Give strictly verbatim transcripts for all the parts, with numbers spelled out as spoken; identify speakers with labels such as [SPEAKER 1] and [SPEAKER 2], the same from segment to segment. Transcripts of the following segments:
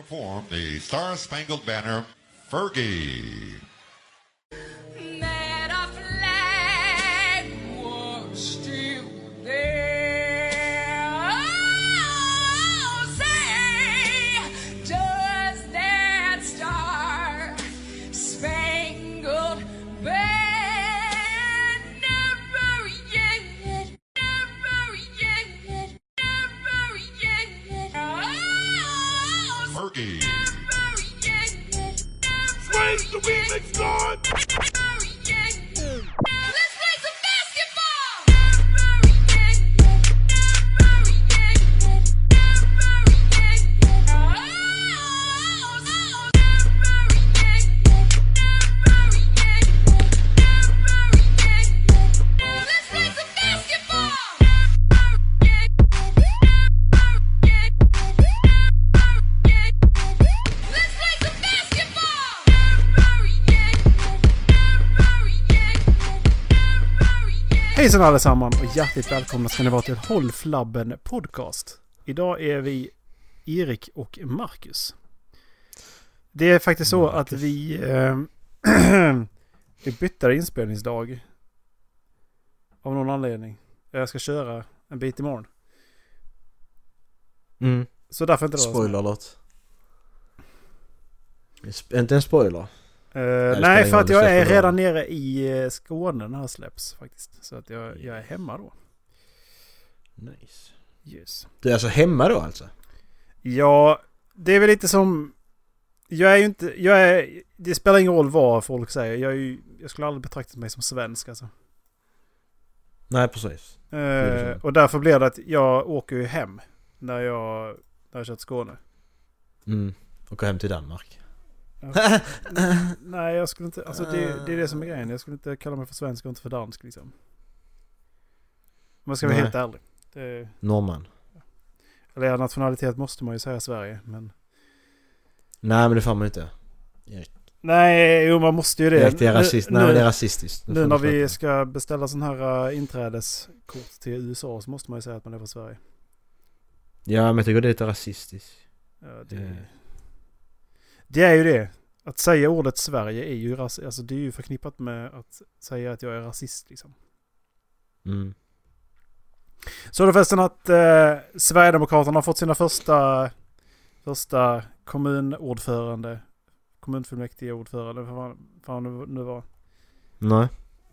[SPEAKER 1] perform the Star Spangled Banner, Fergie.
[SPEAKER 2] That our flag was still there. Oh, say, does that Star Spangled Banner yet, never yet, never yet, oh,
[SPEAKER 1] Fergie.
[SPEAKER 2] never yet, never
[SPEAKER 3] Praise the remix, Lord!
[SPEAKER 2] Let's play some basketball! Let's play some basketball! Let's play some basketball!
[SPEAKER 4] Hejsan allesammans och hjärtligt välkomna ska ni vara till Håll Flabben podcast. Idag är vi Erik och Marcus. Det är faktiskt så
[SPEAKER 5] Marcus.
[SPEAKER 4] att vi eh, vi bytte inspelningsdag av någon anledning. Jag ska köra en bit imorgon.
[SPEAKER 5] Mm.
[SPEAKER 4] Så därför inte det var så.
[SPEAKER 5] Spoiler alert. Sp- Inte en spoiler.
[SPEAKER 4] Eh,
[SPEAKER 5] spelar
[SPEAKER 4] nej,
[SPEAKER 5] ingen
[SPEAKER 4] för
[SPEAKER 5] roll,
[SPEAKER 4] att
[SPEAKER 5] det
[SPEAKER 4] jag
[SPEAKER 5] släpper
[SPEAKER 4] är
[SPEAKER 5] då.
[SPEAKER 4] redan nere i eh, Skåne när det här släpps faktiskt. Så att jag, jag är hemma då.
[SPEAKER 5] Nice.
[SPEAKER 4] Yes.
[SPEAKER 5] Du är alltså hemma då alltså?
[SPEAKER 4] Ja, det är väl lite som... Jag är ju inte... Jag är, det spelar ingen roll vad folk säger. Jag, är ju, jag skulle aldrig betrakta mig som svensk alltså.
[SPEAKER 5] Nej, precis.
[SPEAKER 4] Eh, och därför blir det att jag åker ju hem när jag, när jag kört Skåne.
[SPEAKER 5] Mm. Och gå hem till Danmark.
[SPEAKER 4] Jag, nej, jag skulle inte... Alltså det, det är det som är grejen. Jag skulle inte kalla mig för svensk och inte för dansk liksom. Man ska vara
[SPEAKER 5] Nej.
[SPEAKER 4] helt ärlig. Det,
[SPEAKER 5] Norrman.
[SPEAKER 4] eller ja, nationalitet måste man ju säga Sverige, men...
[SPEAKER 5] Nej, men det får man inte. Erik.
[SPEAKER 4] Nej, jo, man måste ju det.
[SPEAKER 5] Erik, det är rasist.
[SPEAKER 4] Nu-
[SPEAKER 5] Nej, men det är
[SPEAKER 4] nu-
[SPEAKER 5] rasistiskt.
[SPEAKER 4] Nu när vi ska beställa sån här uh, inträdeskort till U S A så måste man ju säga att man är från Sverige.
[SPEAKER 5] Ja, men jag tycker det är lite rasistiskt.
[SPEAKER 4] Ja, det,
[SPEAKER 5] Mm.
[SPEAKER 4] det är ju det. Att säga ordet Sverige är ju, ras- alltså det är ju förknippat med att säga att jag är rasist liksom.
[SPEAKER 5] Mm.
[SPEAKER 4] Så det förresten att eh, Sverigedemokraterna har fått sina första första kommunordförande, kommunfullmäktige ordförande, vad fan, fan nu, nu var.
[SPEAKER 5] Nej.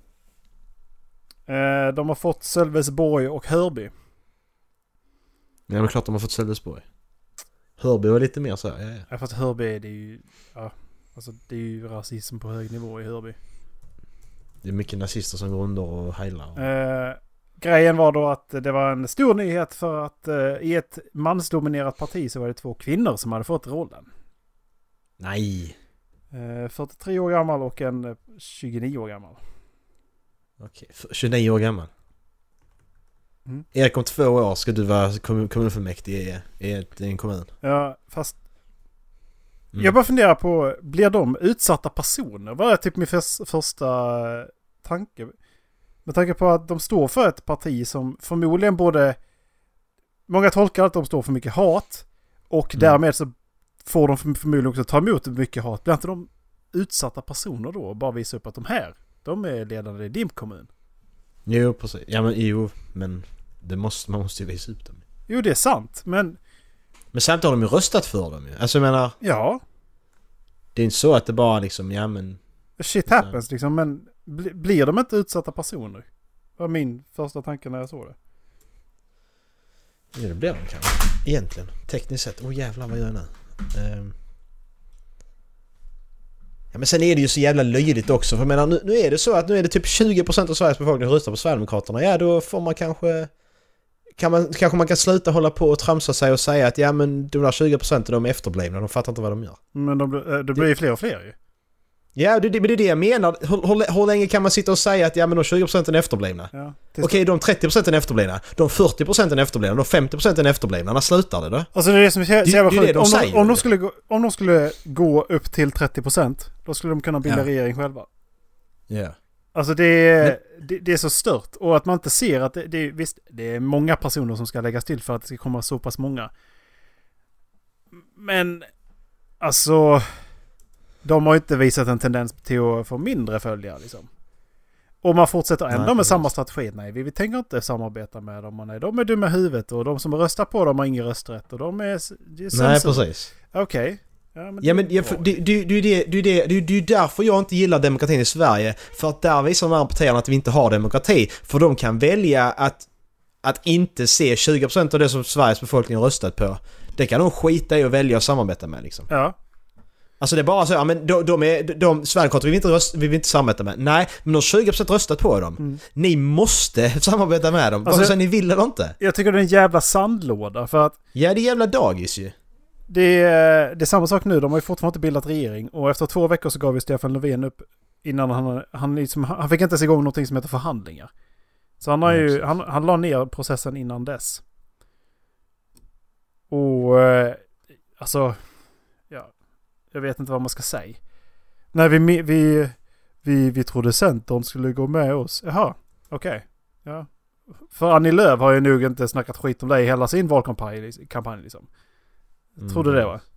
[SPEAKER 4] Eh, de har fått Sölvesborg och Hörby.
[SPEAKER 5] Ja, men klart de har fått Sölvesborg. Hörby var lite mer så här, ja, ja.
[SPEAKER 4] Ja, fast Hörby, det är ju, ja, alltså det är ju rasism på hög nivå i Hörby.
[SPEAKER 5] Det är mycket nazister som går under och heilar.
[SPEAKER 4] Eh, grejen var då att det var en stor nyhet för att eh, i ett mansdominerat parti så var det två kvinnor som hade fått rollen.
[SPEAKER 5] Nej.
[SPEAKER 4] Eh, fyrtiotre år gammal och en eh, tjugonio år gammal.
[SPEAKER 5] Okej, F- tjugonio år gammal.
[SPEAKER 4] Mm.
[SPEAKER 5] Erik, om två år ska du vara kommun- kommunfullmäktige i, i, ett, i en kommun.
[SPEAKER 4] Ja, fast
[SPEAKER 5] Mm.
[SPEAKER 4] jag bara funderar på, blir de utsatta personer? Vad är typ min förs- första tanke? Med tanke på att de står för ett parti som förmodligen både... Många tolkar att de står för mycket hat. Och
[SPEAKER 5] Mm.
[SPEAKER 4] därmed så får de förmodligen också ta emot mycket hat. Blir inte de utsatta personer då? Och bara visa upp att de här, de är ledande i din kommun.
[SPEAKER 5] Jo, precis. Ja, men jo, men det måste, man måste ju visa upp dem.
[SPEAKER 4] Jo, det är sant. Men
[SPEAKER 5] Men samtidigt har de ju röstat för dem ju. Alltså jag menar,
[SPEAKER 4] ja,
[SPEAKER 5] det är inte så att det bara liksom, ja men...
[SPEAKER 4] shit happens liksom. Men bli, blir de inte utsatta personer? Det var min första tanke när jag såg det.
[SPEAKER 5] Ja, det blir de kanske. Egentligen. Tekniskt sett. Åh oh, jävlar, vad gör jag nu? Um... Ja, men sen är det ju så jävla löjligt också. För jag menar, nu, nu är det så att nu är det typ tjugo procent av Sveriges befolkning röstar på Sverigedemokraterna. Ja, då får man kanske... Kan man, kanske man kan sluta hålla på och tramsa sig och säga att ja, men de där tjugo procent de är efterblivna. De fattar inte vad de gör.
[SPEAKER 4] Men de, blir- det blir ju fler och fler ju.
[SPEAKER 5] Ja, det, det, men det är det jag menar. Hur, hur, hur länge kan man sitta och säga att ja, men de tjugo procent är efterblivna?
[SPEAKER 4] Ja,
[SPEAKER 5] Okej, de trettio procent är efterblivna. De fyrtio procent är efterblivna. De femtio procent är efterblivna. När slutar det då?
[SPEAKER 4] Alltså det är det som är så
[SPEAKER 5] Det-
[SPEAKER 4] jävla
[SPEAKER 5] det är
[SPEAKER 4] sjukt.
[SPEAKER 5] det de
[SPEAKER 4] Om,
[SPEAKER 5] säger,
[SPEAKER 4] de, om, de
[SPEAKER 5] det.
[SPEAKER 4] skulle gå, om de skulle gå upp till trettio procent, då skulle de kunna bilda
[SPEAKER 5] Ja.
[SPEAKER 4] regering själva.
[SPEAKER 5] Ja.
[SPEAKER 4] Alltså det är, det, det är så stört. Och att man inte ser att det, det är, visst, det är många personer som ska läggas till för att det ska komma så pass många. Men Alltså, de har inte visat en tendens till att få mindre följare liksom. Och man fortsätter ändå
[SPEAKER 5] Nej,
[SPEAKER 4] med
[SPEAKER 5] precis.
[SPEAKER 4] samma strategi. Nej, vi, vi tänker inte samarbeta med dem. Nej, de är dumma i huvudet och de som röstar på dem har ingen rösträtt och de är, det är
[SPEAKER 5] Nej,
[SPEAKER 4] censur.
[SPEAKER 5] precis.
[SPEAKER 4] Okej. Ja, men,
[SPEAKER 5] Ja, men
[SPEAKER 4] det är
[SPEAKER 5] ja,
[SPEAKER 4] bra.
[SPEAKER 5] för, det, det, det, det, det, det, det, det är därför jag inte gillar demokratin i Sverige. För att där visar de här partierna att vi inte har demokrati. För de kan välja att, att inte se tjugo procent av det som Sveriges befolkning har röstat på. Det kan de skita i och välja att samarbeta med liksom.
[SPEAKER 4] Ja.
[SPEAKER 5] Alltså det är bara så, ja men de, de är, de, Sverigedemokrater vill inte, röst, vill inte samarbeta med. Nej, men de har tjugo procent röstat på dem.
[SPEAKER 4] Mm.
[SPEAKER 5] Ni måste samarbeta med dem.
[SPEAKER 4] Alltså,
[SPEAKER 5] Varför säger ni vill eller inte?
[SPEAKER 4] Jag tycker det är en jävla sandlåda för att
[SPEAKER 5] Ja, det är jävla dagis ju.
[SPEAKER 4] det är, det är samma sak nu. De har ju fortfarande inte bildat regering och efter två veckor så gav ju Stefan Löfven upp innan han, han, liksom, han fick inte ens igång någonting som heter förhandlingar. Så han har
[SPEAKER 5] Ja,
[SPEAKER 4] ju,
[SPEAKER 5] precis.
[SPEAKER 4] han, han la ner processen innan dess. Och eh, alltså, ja, jag vet inte vad man ska säga. Nej, vi, vi, vi, vi trodde Centern skulle gå med oss. Jaha, okej. Okay. Ja. För Annie Lööf har ju nog inte snackat skit om det i hela sin valkampanj kampanj, liksom.
[SPEAKER 5] Mm.
[SPEAKER 4] Trodde det, va?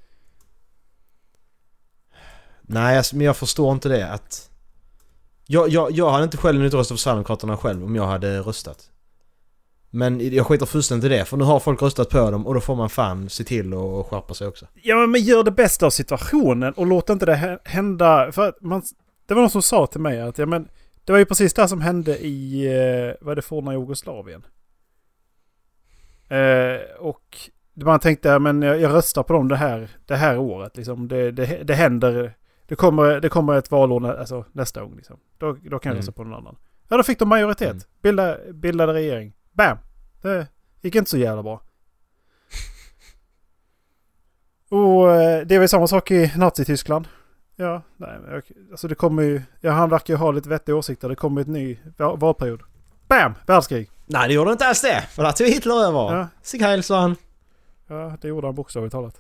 [SPEAKER 5] Nej, alltså, men jag förstår inte det att... Jag, jag, jag hade inte själv inte röstat på Sverigedemokraterna själv om jag hade röstat. Men jag skiter fullständigt i det, för nu har folk röstat på dem och då får man fan se till och skärpa sig också.
[SPEAKER 4] Ja, men gör det bästa av situationen och låt inte det hända. För att man, det var någon som sa till mig att ja, men, det var ju precis det som hände i eh, vad är det forna Jugoslavien. Eh, och man tänkte men jag, jag röstar på dem det här, det här året. Liksom. Det, det, det händer, det kommer, det kommer ett valår alltså, nästa gång. Liksom. Då, då kan jag
[SPEAKER 5] Mm.
[SPEAKER 4] rösta på någon annan. Ja, då fick de majoritet.
[SPEAKER 5] Mm.
[SPEAKER 4] Bilda, bildade regering. Bam! Det gick inte så jävla bra. Och eh, det är väl samma sak i Nazi-Tyskland. Ja, nej, men, alltså det kommer ju... Ja, han verkar ju ha lite vettiga åsikter. Det kommer ett ny val- valperiod. Bam! Världskrig!
[SPEAKER 5] Nej, det gjorde inte alls det, för att Hitler över.
[SPEAKER 4] Ja.
[SPEAKER 5] Sig heil, sa han.
[SPEAKER 4] Ja, det gjorde han bokstavligt talat.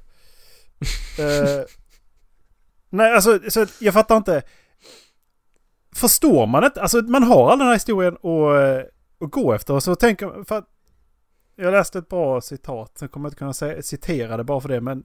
[SPEAKER 4] eh, nej, alltså så att jag fattar inte. Förstår man inte? Alltså man har all den här historien att, att gå efter. Och så tänker för att jag läste ett bra citat. Sen kommer jag inte kunna säga, citera det bara för det. Men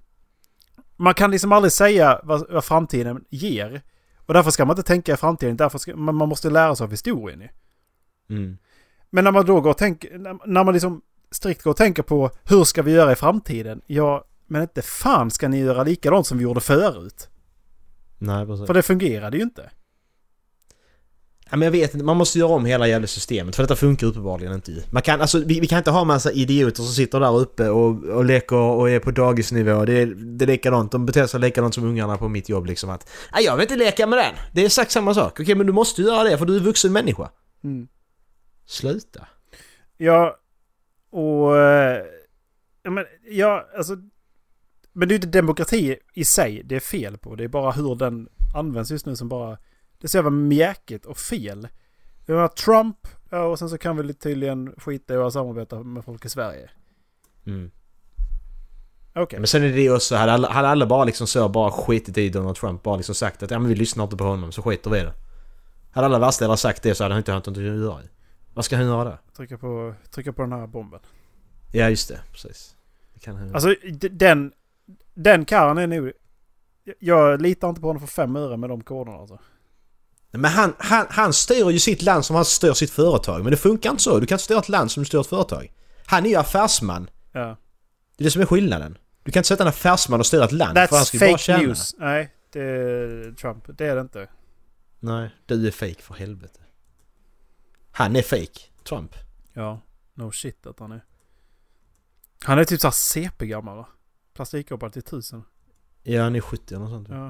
[SPEAKER 4] man kan liksom aldrig säga vad, vad framtiden ger. Och därför ska man inte tänka i framtiden. Därför ska, man, man måste lära sig av historien. Ju.
[SPEAKER 5] Mm.
[SPEAKER 4] Men när man då går och tänker, när man liksom strikt går och tänker på hur ska vi göra i framtiden? Ja, men inte fan ska ni göra likadant som vi gjorde förut.
[SPEAKER 5] Nej, precis.
[SPEAKER 4] För det fungerade ju inte.
[SPEAKER 5] Ja, men jag vet inte, man måste göra om hela jävla systemet, för detta funkar uppenbarligen inte. Man kan, alltså, vi, vi kan inte ha en massa idioter som sitter där uppe och, och leker och är på dagisnivå. Det är, det är likadant, de beter sig likadant som ungarna på mitt jobb liksom att nej, jag vill inte leka med den. Det är exakt samma sak. Okej, men du måste göra det för du är vuxen människa.
[SPEAKER 4] Mm.
[SPEAKER 5] Sluta.
[SPEAKER 4] Ja, och... eh, Ja, men, ja, alltså... Men det är inte demokrati i sig det är fel på. Det är bara hur den används just nu som bara... Det är så jävla mjäkigt och fel. Det var Trump, ja, och sen så kan vi tydligen skita i att samarbeta med folk i Sverige.
[SPEAKER 5] Mm.
[SPEAKER 4] Okej. Okay.
[SPEAKER 5] Men sen är det också, hade alla, hade alla bara liksom så bara skitit i Donald Trump, bara liksom sagt att ja, men vi lyssnar inte på honom, så skiter vi i det. Hade alla världsledare sagt det så hade han inte haft något att göra. Vad ska han göra där?
[SPEAKER 4] Trycka på, trycka på den här bomben.
[SPEAKER 5] Ja, just det. Precis. Det kan han...
[SPEAKER 4] Alltså, d- den... Den karren är nu... Jag litar inte på honom för fem öre med de koderna alltså.
[SPEAKER 5] Men han, han, han styr ju sitt land som han styr sitt företag. Men det funkar inte så. Du kan inte styra ett land som du styr ett företag. Han är ju affärsman.
[SPEAKER 4] Ja.
[SPEAKER 5] Det är det som är skillnaden. Du kan inte sätta en affärsman och styra ett land. för han
[SPEAKER 4] That's
[SPEAKER 5] ska ju bara
[SPEAKER 4] fake
[SPEAKER 5] tjäna.
[SPEAKER 4] news. Nej, det är Trump. Det är det inte.
[SPEAKER 5] Nej, du är fake för helvete. Han är fake. Trump.
[SPEAKER 4] Ja, no shit att han är. Han är typ såhär C P-gammal va? Plastikkoppar till tusen.
[SPEAKER 5] Ja, han är sjuttio eller något sånt.
[SPEAKER 4] Ja.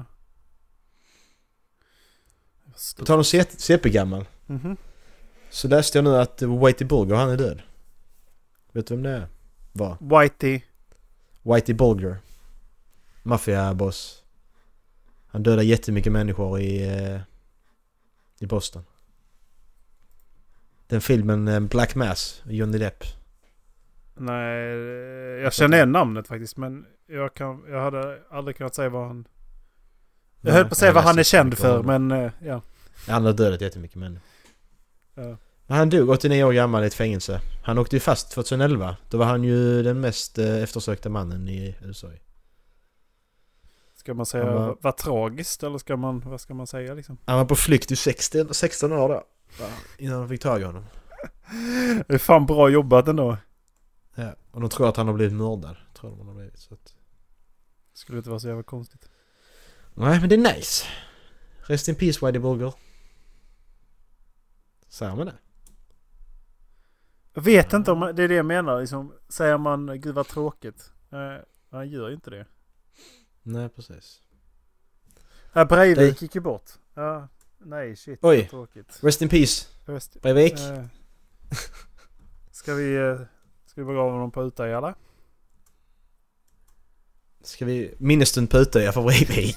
[SPEAKER 5] På tal om C P-gammal.
[SPEAKER 4] Mhm.
[SPEAKER 5] Så läste jag nu att Whitey Bulger, han är död. Vet du vem det är? Var?
[SPEAKER 4] Whitey.
[SPEAKER 5] Whitey Bulger. Mafia-boss. Han dödade jättemycket människor i, eh, i Boston. Den filmen eh, Black Mass, Johnny Depp.
[SPEAKER 4] Nej, jag känner igen namnet faktiskt. Men jag, kan, jag hade aldrig kunnat säga vad han... Jag höll på att säga vad han är känd för, men eh, ja.
[SPEAKER 5] Han har dödat jättemycket människor.
[SPEAKER 4] Ja.
[SPEAKER 5] Men han dog åttionio år gammal i ett fängelse. Han åkte ju fast tjugoelva. Då var han ju den mest eh, eftersökta mannen i U S A.
[SPEAKER 4] Ska man säga
[SPEAKER 5] Han var-
[SPEAKER 4] vad tragiskt eller ska man, vad ska man säga liksom?
[SPEAKER 5] Han var på flykt i sextio, sexton år då. Innan de fick tag i honom.
[SPEAKER 4] Det är fan bra jobbat ändå.
[SPEAKER 5] Ja. Och de tror att han har blivit mördad. Tror de han har blivit. Så att...
[SPEAKER 4] Skulle inte vara så jävla konstigt.
[SPEAKER 5] Nej, men det är nice. Rest in peace, Whitey Bulger. Säger man det?
[SPEAKER 4] Jag vet inte om det är det jag menar. Liksom, säger man gud vad tråkigt. Nej, han gör ju inte det.
[SPEAKER 5] Nej, precis.
[SPEAKER 4] Ja, Breivik
[SPEAKER 5] Det-
[SPEAKER 4] gick ju bort. Ja, nej shit.
[SPEAKER 5] Oj.
[SPEAKER 4] Vad tråkigt.
[SPEAKER 5] Rest in peace,
[SPEAKER 4] Just,
[SPEAKER 5] Breivik.
[SPEAKER 4] eh, ska vi eh, ska vi begrava honom på Utöj eller?
[SPEAKER 5] Ska vi minnesstund på Utöja för Breivik?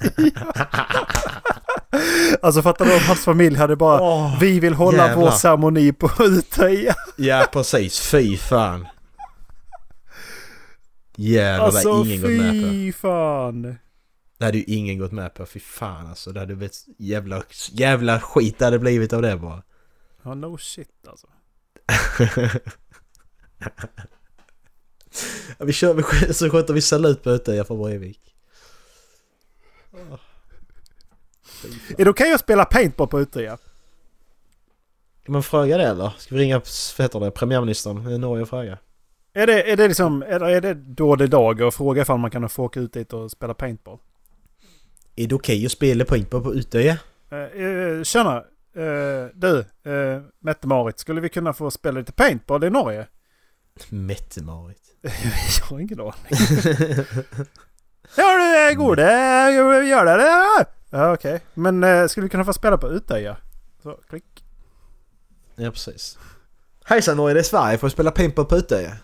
[SPEAKER 4] Alltså fattar du om hans familj hade bara
[SPEAKER 5] Åh,
[SPEAKER 4] vi vill hålla
[SPEAKER 5] jävlar.
[SPEAKER 4] vår ceremoni på Utöja.
[SPEAKER 5] Ja, precis. Fy fan. Jävlar, det
[SPEAKER 4] Alltså
[SPEAKER 5] hade ingen gått med på.
[SPEAKER 4] fy fan.
[SPEAKER 5] Det hade ju ingen gått med på. Fy fan alltså. Det hade blivit jävla, jävla skit det hade blivit av det bara.
[SPEAKER 4] Ja, no shit alltså.
[SPEAKER 5] Ja, vi kör, vi, så sköter vi salut på Utöja för Breivik.
[SPEAKER 4] Är det okej att spela paintball på Utöja?
[SPEAKER 5] Kan man fråga det eller? Ska vi ringa, vad heter det, premiärministern i Norge och fråga?
[SPEAKER 4] Är det, är det liksom, är det, är det då det dagar och fråga ifall man kan få åka ut dit och spela paintball?
[SPEAKER 5] Är det okej att spela paintball på Utöja?
[SPEAKER 4] Eh, eh, tjena, eh, du, eh, Mette-Marit, skulle vi kunna få spela lite paintball i Norge?
[SPEAKER 5] Mette-Marit.
[SPEAKER 4] Jag har ingen aning. Ja, det är god, gör det. Ja, okej. Okay. Men eh, skulle vi kunna få spela på Utöja? Så, klick.
[SPEAKER 5] Ja, precis. Hejsan Norge, det är Sverige. Får spela paintball på Utöja?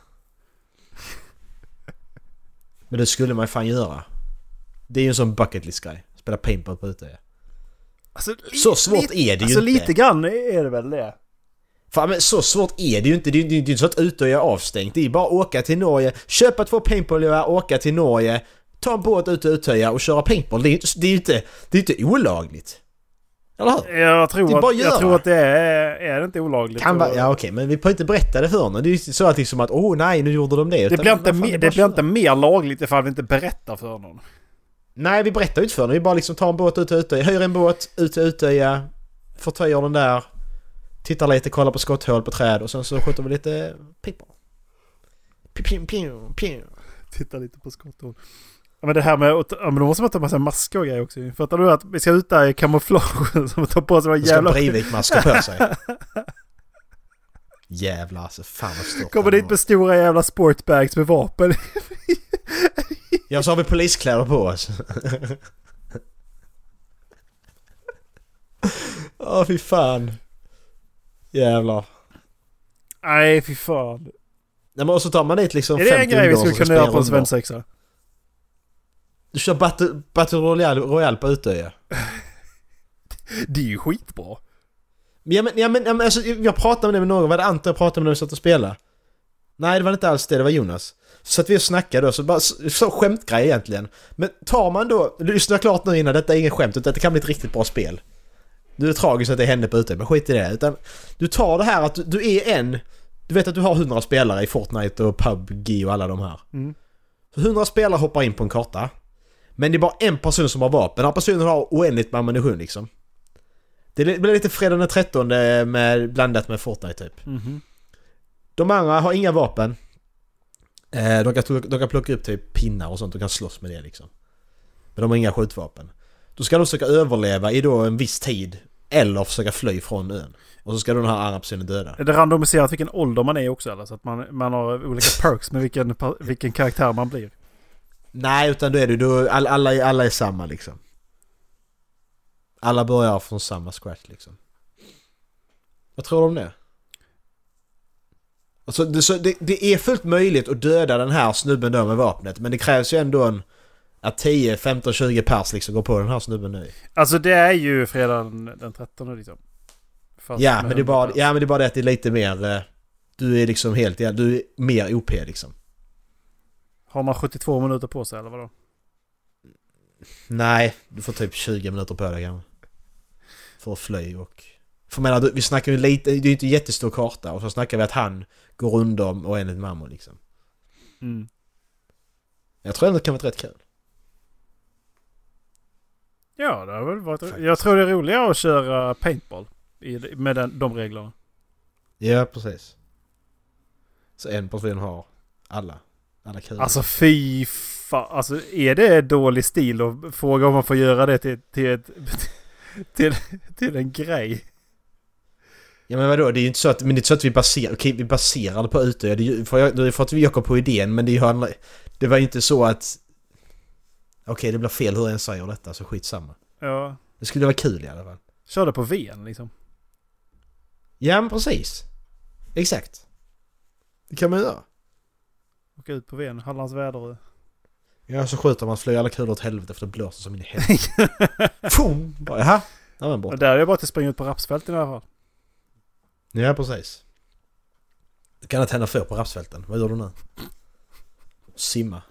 [SPEAKER 5] Men det skulle man fan göra. Det är ju en sån bucket list guy. Spela paintball på Utöja.
[SPEAKER 4] Alltså,
[SPEAKER 5] Så svårt är det ju
[SPEAKER 4] alltså,
[SPEAKER 5] inte.
[SPEAKER 4] lite grann är det väl det.
[SPEAKER 5] Fan, men så svårt är det ju inte. Det är ju inte så att Utöja är avstängt. Det är bara att åka till Norge, köpa två paintball, åka till Norge, ta en båt ut till Utöja och köra paintball. Det är ju inte, det är ju inte, det är inte olagligt. Eller hur?
[SPEAKER 4] Jag tror,
[SPEAKER 5] Det är bara
[SPEAKER 4] att,
[SPEAKER 5] att
[SPEAKER 4] jag
[SPEAKER 5] göra.
[SPEAKER 4] tror att det är, är det inte olagligt.
[SPEAKER 5] Kan
[SPEAKER 4] och,
[SPEAKER 5] vara, ja okej, men vi får inte berätta det för honom. Det är ju så att liksom att, åh oh, nej, nu gjorde de det.
[SPEAKER 4] det
[SPEAKER 5] Utan,
[SPEAKER 4] blir inte,
[SPEAKER 5] vad fan,
[SPEAKER 4] mer,
[SPEAKER 5] är
[SPEAKER 4] det
[SPEAKER 5] bara
[SPEAKER 4] blir
[SPEAKER 5] så.
[SPEAKER 4] inte mer lagligt ifall vi inte berättar för någon.
[SPEAKER 5] Nej, vi berättar ju inte för honom. Vi bara liksom tar en båt ut till Utöja, höjer en båt ut till Utöja, förtöjer den där, tittar lite, kollar på skotthål på träd och sen så skjuter vi lite paintball. Piu, piu, piu.
[SPEAKER 4] Titta lite på skotthål. Ja, men det här med, ja, men då måste man ta massa masker och grejer också. Fattar du att vi ska ut där i kamouflage som tar på sig vad
[SPEAKER 5] Då ska
[SPEAKER 4] jävla...
[SPEAKER 5] Breivik-masker på sig. Jävlar alltså, fan vad stort.
[SPEAKER 4] Kommer dit med stora jävla sportbags med vapen.
[SPEAKER 5] Ja, så har vi poliskläder på oss. Åh, oh, fy fan. Jävlar.
[SPEAKER 4] Nej, fy fan.
[SPEAKER 5] Nej, men och så tar man dit liksom
[SPEAKER 4] Är det en
[SPEAKER 5] femtio
[SPEAKER 4] grej vi
[SPEAKER 5] ungdomar
[SPEAKER 4] skulle
[SPEAKER 5] som
[SPEAKER 4] kunna göra på en
[SPEAKER 5] springer runt.
[SPEAKER 4] svensexa?
[SPEAKER 5] Du kör Battle, battle Royale, Royale på Utöja.
[SPEAKER 4] Det är ju skitbra.
[SPEAKER 5] Ja men, ja, men, ja, men alltså, jag pratade med det med någon. Var det Ante jag pratade med när vi satt och spelade? Nej, det var inte alls det. Det var Jonas. Så att vi snackade då. Så bara så, så skämtgrej egentligen. Men tar man då... Lyssna klart nu innan. Detta är ingen skämt. Utan det kan bli ett riktigt bra spel. Nu är det tragiskt att det hände på Utöja. Men skit i det. Utan du tar det här att du, du är en... Du vet att du har hundra spelare i Fortnite och P U B G och alla de här.
[SPEAKER 4] Mm.
[SPEAKER 5] Så hundra spelare hoppar in på en karta. Men det är bara en person som har vapen. Den här personen har oändligt med ammunition liksom. Det blir lite fredag den trettonde med, blandat med Fortnite typ.
[SPEAKER 4] Mm-hmm.
[SPEAKER 5] De andra har inga vapen. Eh, de, kan, de kan plocka upp typ pinnar och sånt och kan slåss med det liksom. Men de har inga skjutvapen. Då ska de försöka överleva i då en viss tid. Eller försöka fly från ön. Och så ska den här andra personen döda.
[SPEAKER 4] Är det randomiserat vilken ålder man är också eller? Så att man, man har olika perks med vilken, vilken karaktär man blir.
[SPEAKER 5] Nej, utan då är det då alla, alla, alla är samma liksom. Alla börjar från samma scratch liksom. Vad tror du om det? Alltså, det, så, det, det är fullt möjligt att döda den här snubben då med vapnet. Men det krävs ju ändå en att tio, femton, tjugo pers liksom går på den här snubben nu.
[SPEAKER 4] Alltså det är ju fredag den trettonde liksom. Fast
[SPEAKER 5] Ja
[SPEAKER 4] med
[SPEAKER 5] men, det är bara,
[SPEAKER 4] pers.
[SPEAKER 5] ja men det är bara det att det är lite mer... eh, Du är liksom helt... Ja, du är mer O P liksom.
[SPEAKER 4] Har man sjuttiotvå minuter på sig eller vadå?
[SPEAKER 5] Nej, du får typ tjugo minuter på dig kanske. För att fly och... För menar, vi snackar ju lite... Det är ju inte en jättestor karta. Och så snackar vi att han går runt om och enligt mamma liksom.
[SPEAKER 4] Mm.
[SPEAKER 5] Jag tror ändå det kan vara rätt kul.
[SPEAKER 4] Ja, det har väl varit...
[SPEAKER 5] Faktiskt.
[SPEAKER 4] Jag tror det är roligare att köra paintball i, med den, de reglerna.
[SPEAKER 5] Ja, precis. Så en person har alla. Alla kulor.
[SPEAKER 4] Alltså fy fan. Alltså är det dålig stil att fråga om man får göra det till, till, ett, till, till en grej?
[SPEAKER 5] Ja men vadå, det är ju inte så att, men det är inte så att vi baserar, okej vi baserar det på ute, det är ju för, det är för att vi åker på idén, men det är ju andra, det var ju inte så att okej det blir fel hur jag säger detta, så skitsamma.
[SPEAKER 4] Ja.
[SPEAKER 5] Det skulle vara kul i alla fall.
[SPEAKER 4] Körde på Ven liksom.
[SPEAKER 5] Ja men precis. Exakt. Det kan man göra.
[SPEAKER 4] Åka ut på Ven, Hallands väder.
[SPEAKER 5] Ja, så skjuter man, flyger alla kulor åt helvete för det blåser som in i helvete. Fum! Bara, jaha, där var den bort.
[SPEAKER 4] Och där är det bara att springa ut på rapsfälten i alla fall.
[SPEAKER 5] Ja, precis. Det kan inte hända för på rapsfälten. Vad gör du nu? Simma.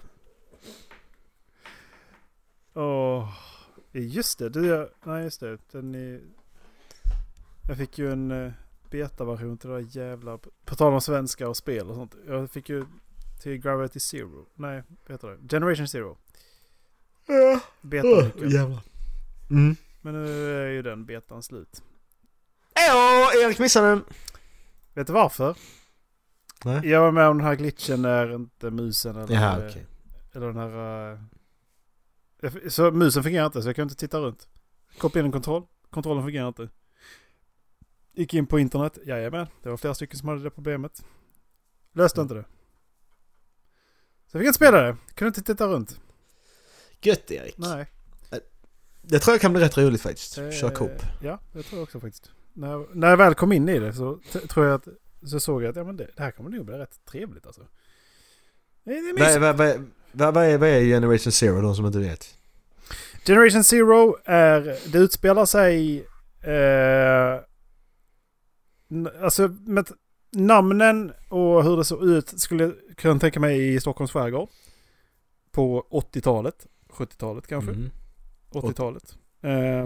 [SPEAKER 4] Åh, just det. Du, jag, nej, just det. Den är, jag fick ju en uh, beta-version till det där jävla... På tal om svenska och spel och sånt. Jag fick ju till Gravity Zero. Nej, vad heter det? Generation Zero.
[SPEAKER 5] Ja.
[SPEAKER 4] Beta
[SPEAKER 5] Oh,
[SPEAKER 4] mycket.
[SPEAKER 5] jävlar. Mm.
[SPEAKER 4] Men nu är ju den betan slut.
[SPEAKER 5] Åh, Erik missade den.
[SPEAKER 4] Vet du varför?
[SPEAKER 5] Nej.
[SPEAKER 4] Jag var med om den här glitchen när inte musen eller,
[SPEAKER 5] Jaha, okej. Okay.
[SPEAKER 4] eller den här... Uh, så musen fungerar inte så jag kan inte titta runt. Koppla in en kontroll. Kontrollen fungerar inte. Gick in på internet. Jajamän, det var flera stycken som hade det problemet. Löste inte det. Så jag fick inte spela det. Kunde inte titta runt.
[SPEAKER 5] Gött Erik.
[SPEAKER 4] Nej.
[SPEAKER 5] Det tror jag kan bli rätt roligt faktiskt.
[SPEAKER 4] Eh,
[SPEAKER 5] Kör Coop.
[SPEAKER 4] Ja, det tror jag också faktiskt. När, när jag väl kom in i det så t- tror jag att så såg jag att ja, men det, det här kommer nog bli rätt trevligt alltså. Det, det är
[SPEAKER 5] Vad vad vad vad är vad är Generation Zero de som inte vet?
[SPEAKER 4] Generation Zero är det utspelar sig eh, n- alltså med namnen och hur det såg ut skulle jag kunna tänka mig i Stockholms skärgård på åttiotalet, sjuttiotalet kanske.
[SPEAKER 5] Mm.
[SPEAKER 4] åttiotalet. Eh,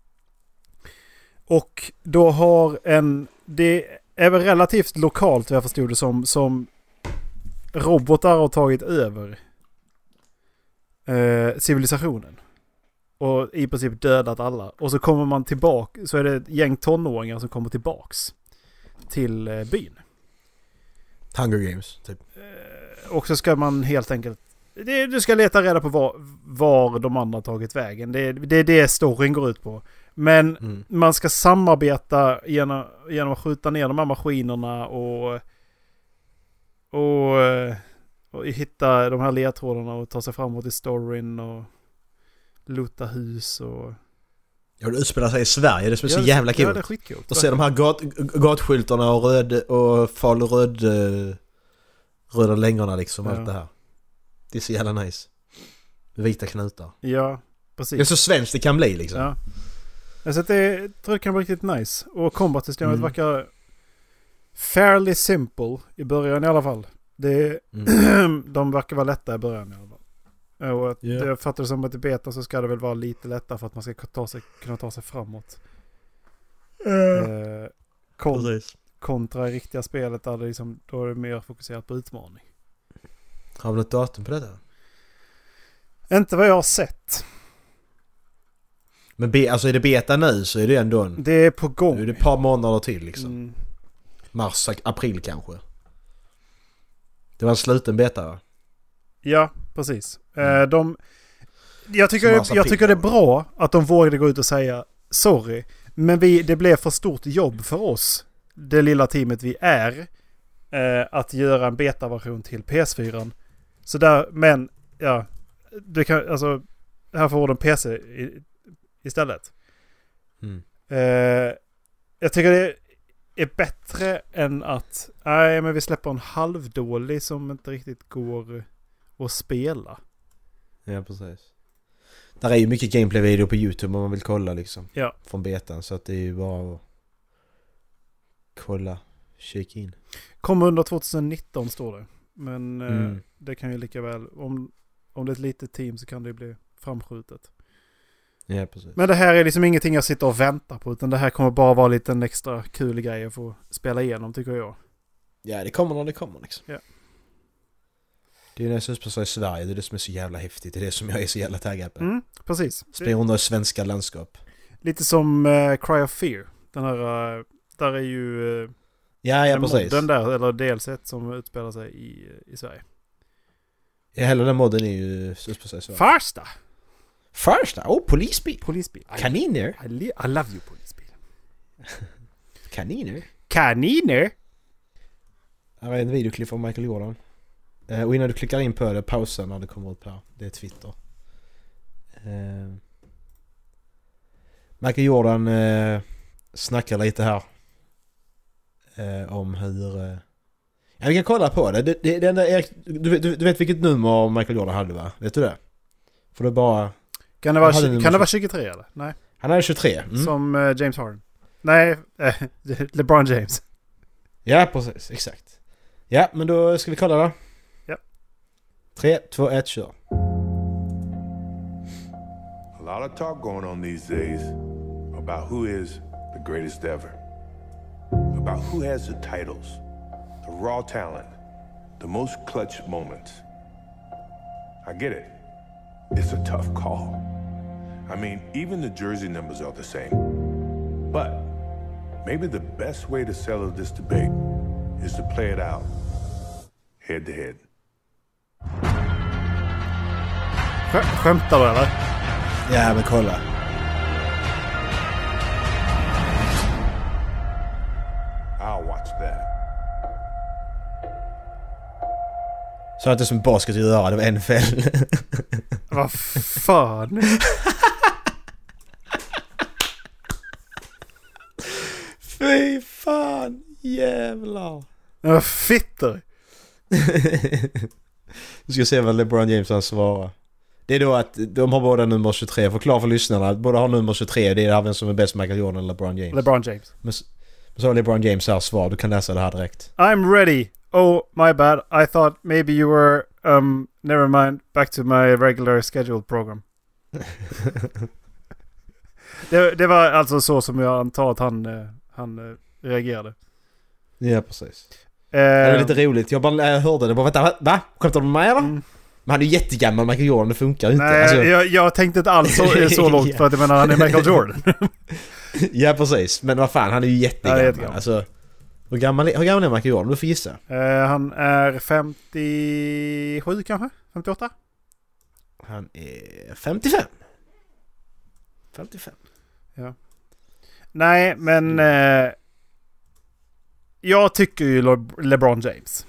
[SPEAKER 4] och då har en det är väl relativt lokalt vad jag förstod det som som robotar har tagit över eh, civilisationen. Och i princip dödat alla. Och så kommer man tillbaka. Så är det ett gäng tonåringar som kommer tillbaks till eh, byn.
[SPEAKER 5] Hunger Games typ.
[SPEAKER 4] Eh, och så ska man helt enkelt det, du ska leta reda på var, var de andra tagit vägen. Det, det är det storyn går ut på. Men
[SPEAKER 5] Mm.
[SPEAKER 4] man ska samarbeta genom, genom att skjuta ner de här maskinerna och och, och hitta de här ledtrådarna och ta sig framåt i storyn och loota hus och...
[SPEAKER 5] Ja, det utspelar sig i Sverige, det är som är så
[SPEAKER 4] Ja,
[SPEAKER 5] jävla
[SPEAKER 4] Ja,
[SPEAKER 5] kul.
[SPEAKER 4] det är skitcoolt.
[SPEAKER 5] Och se de här gat, gatskyltarna och röd och falröd uh, röda längorna liksom,
[SPEAKER 4] Ja.
[SPEAKER 5] allt det här. Det är så jävla nice. Med vita knutar.
[SPEAKER 4] Ja, precis.
[SPEAKER 5] Det är så svenskt det kan bli liksom.
[SPEAKER 4] Ja. Så att det, jag tror det kan bli riktigt nice. Och combat-systemet
[SPEAKER 5] Mm.
[SPEAKER 4] verkar fairly simple i början i alla fall. Det,
[SPEAKER 5] Mm.
[SPEAKER 4] de verkar vara lätta i början i alla fall. Och att
[SPEAKER 5] Yeah.
[SPEAKER 4] jag fattar det som att i beta så ska det väl vara lite lättare för att man ska ta sig, kunna ta sig framåt. Eh, kon-
[SPEAKER 5] Precis.
[SPEAKER 4] kontra i riktiga spelet där det liksom, då är det mer fokuserat på utmaning.
[SPEAKER 5] Har vi något datum på detta?
[SPEAKER 4] Inte vad jag har sett.
[SPEAKER 5] Men be, alltså är det beta nu så är det ändå en...
[SPEAKER 4] Det är på gång.
[SPEAKER 5] Nu är det ett par månader till liksom.
[SPEAKER 4] Mm.
[SPEAKER 5] Mars, april kanske. Det var en sluten beta va?
[SPEAKER 4] Ja, precis.
[SPEAKER 5] Mm.
[SPEAKER 4] Eh, de, jag, tycker,
[SPEAKER 5] Som massa
[SPEAKER 4] jag tycker det är
[SPEAKER 5] piller.
[SPEAKER 4] bra att de vågade gå ut och säga sorry, men vi, det blev för stort jobb för oss, det lilla teamet vi är, eh, att göra en beta-version till P S fyra. Så där, men ja, du kan, alltså, här får du en P C i, istället.
[SPEAKER 5] Mm.
[SPEAKER 4] Eh, jag tycker det är bättre än att nej, men vi släpper en halvdålig som inte riktigt går att spela.
[SPEAKER 5] Ja, precis. Där är ju mycket gameplay-video på YouTube om man vill kolla liksom.
[SPEAKER 4] Ja.
[SPEAKER 5] Från betan, så att det är ju bara att kolla, kika in.
[SPEAKER 4] Kommer under tjugonitton står det. Men eh,
[SPEAKER 5] Mm.
[SPEAKER 4] det kan ju lika väl, om, om det är ett litet team så kan det bli framskjutet.
[SPEAKER 5] Ja, precis.
[SPEAKER 4] Men det här är liksom ingenting jag sitter och väntar på, utan det här kommer bara vara lite en extra kul grej att få spela igenom, tycker jag.
[SPEAKER 5] Ja, det kommer när det kommer liksom.
[SPEAKER 4] Ja.
[SPEAKER 5] Det är ju när superstar i Sverige, det är det som är så jävla häftigt. Det är det som jag är så jävla taggad på.
[SPEAKER 4] Mm, precis.
[SPEAKER 5] Spela under svenska landskap.
[SPEAKER 4] Lite som uh, Cry of Fear. Den här, uh, där är ju uh,
[SPEAKER 5] Ja, ja precis.
[SPEAKER 4] den där, eller D L C som utspelar sig i, i Sverige.
[SPEAKER 5] Ja, hela den modden är ju superstar i Sverige.
[SPEAKER 4] Farsta!
[SPEAKER 5] Farsta? Oh, polisbil!
[SPEAKER 4] Polisbil.
[SPEAKER 5] Kaniner!
[SPEAKER 4] I, li- I love you, polisbil.
[SPEAKER 5] Kaniner?
[SPEAKER 4] Kaniner?
[SPEAKER 5] Här är en videoklipp av Michael Jordan. Uh, och innan du klickar in på det, pausa när det kommer upp här. Det är Twitter. Uh, Michael Jordan uh, snackar lite här. Uh, om hur... Uh... Ja, vi kan kolla på det. det, det, det enda är, du, du, du vet vilket nummer Michael Jordan hade, va? Vet du det? För det bara...
[SPEAKER 4] Kan det vara, kan det vara tjugotre eller? Nej.
[SPEAKER 5] Han hade tjugotre. Mm.
[SPEAKER 4] Som uh, James Harden. Nej, äh, LeBron James.
[SPEAKER 5] Ja, precis. Exakt. Ja, men då ska vi kolla då.
[SPEAKER 4] Ja.
[SPEAKER 5] tre, två, ett, kör.
[SPEAKER 3] A lot of talk going on these days about who is the greatest ever. About who has the titles, the raw talent, the most clutch moments. I get it. It's a tough call. I mean, even the jersey numbers are the same. But maybe the best way to settle this debate is to play it out head to head.
[SPEAKER 4] Sk- skämtar du eller?
[SPEAKER 5] Ja, men kolla.
[SPEAKER 3] I'll watch that.
[SPEAKER 5] Så att det som basket att göra, det var N F L.
[SPEAKER 4] Vad fan?
[SPEAKER 5] Fy fan, jävlar.
[SPEAKER 4] Vad fitter.
[SPEAKER 5] Du ska se vad LeBron James har svarat. Det är då att de har båda nummer tjugotre. Förklara för lyssnarna. Båda har nummer tjugotre. Det är vem som är bäst, Michael Jordan eller LeBron James.
[SPEAKER 4] LeBron James.
[SPEAKER 5] Men så har LeBron James här svar. Du kan läsa det här direkt.
[SPEAKER 4] I'm ready. Oh, my bad. I thought maybe you were... Um, never mind. Back to my regular scheduled program. det, det var alltså så som jag antar att han, uh, han uh, reagerade.
[SPEAKER 5] Ja, precis.
[SPEAKER 4] Uh,
[SPEAKER 5] Det var lite roligt. Jag bara jag hörde det. Bara, vänta, va? Skämtar du med mig eller?
[SPEAKER 4] Mm.
[SPEAKER 5] Men han är ju jättegammal, Michael Jordan. Det funkar inte.
[SPEAKER 4] Nej,
[SPEAKER 5] Alltså...
[SPEAKER 4] jag, jag tänkte inte alls så, så långt för att jag menar han är Michael Jordan.
[SPEAKER 5] Ja, precis. Men vad fan, han är ju jättegammal.
[SPEAKER 4] Ja, jättegammal.
[SPEAKER 5] Alltså, hur gammal, hur gammal är Michael Jordan? Du får gissa.
[SPEAKER 4] Uh, han är femtiosju kanske? femtioåtta?
[SPEAKER 5] Han är femtiofem. femtiofem.
[SPEAKER 4] Ja. Nej, men... Uh, jag tycker ju Le- LeBron James.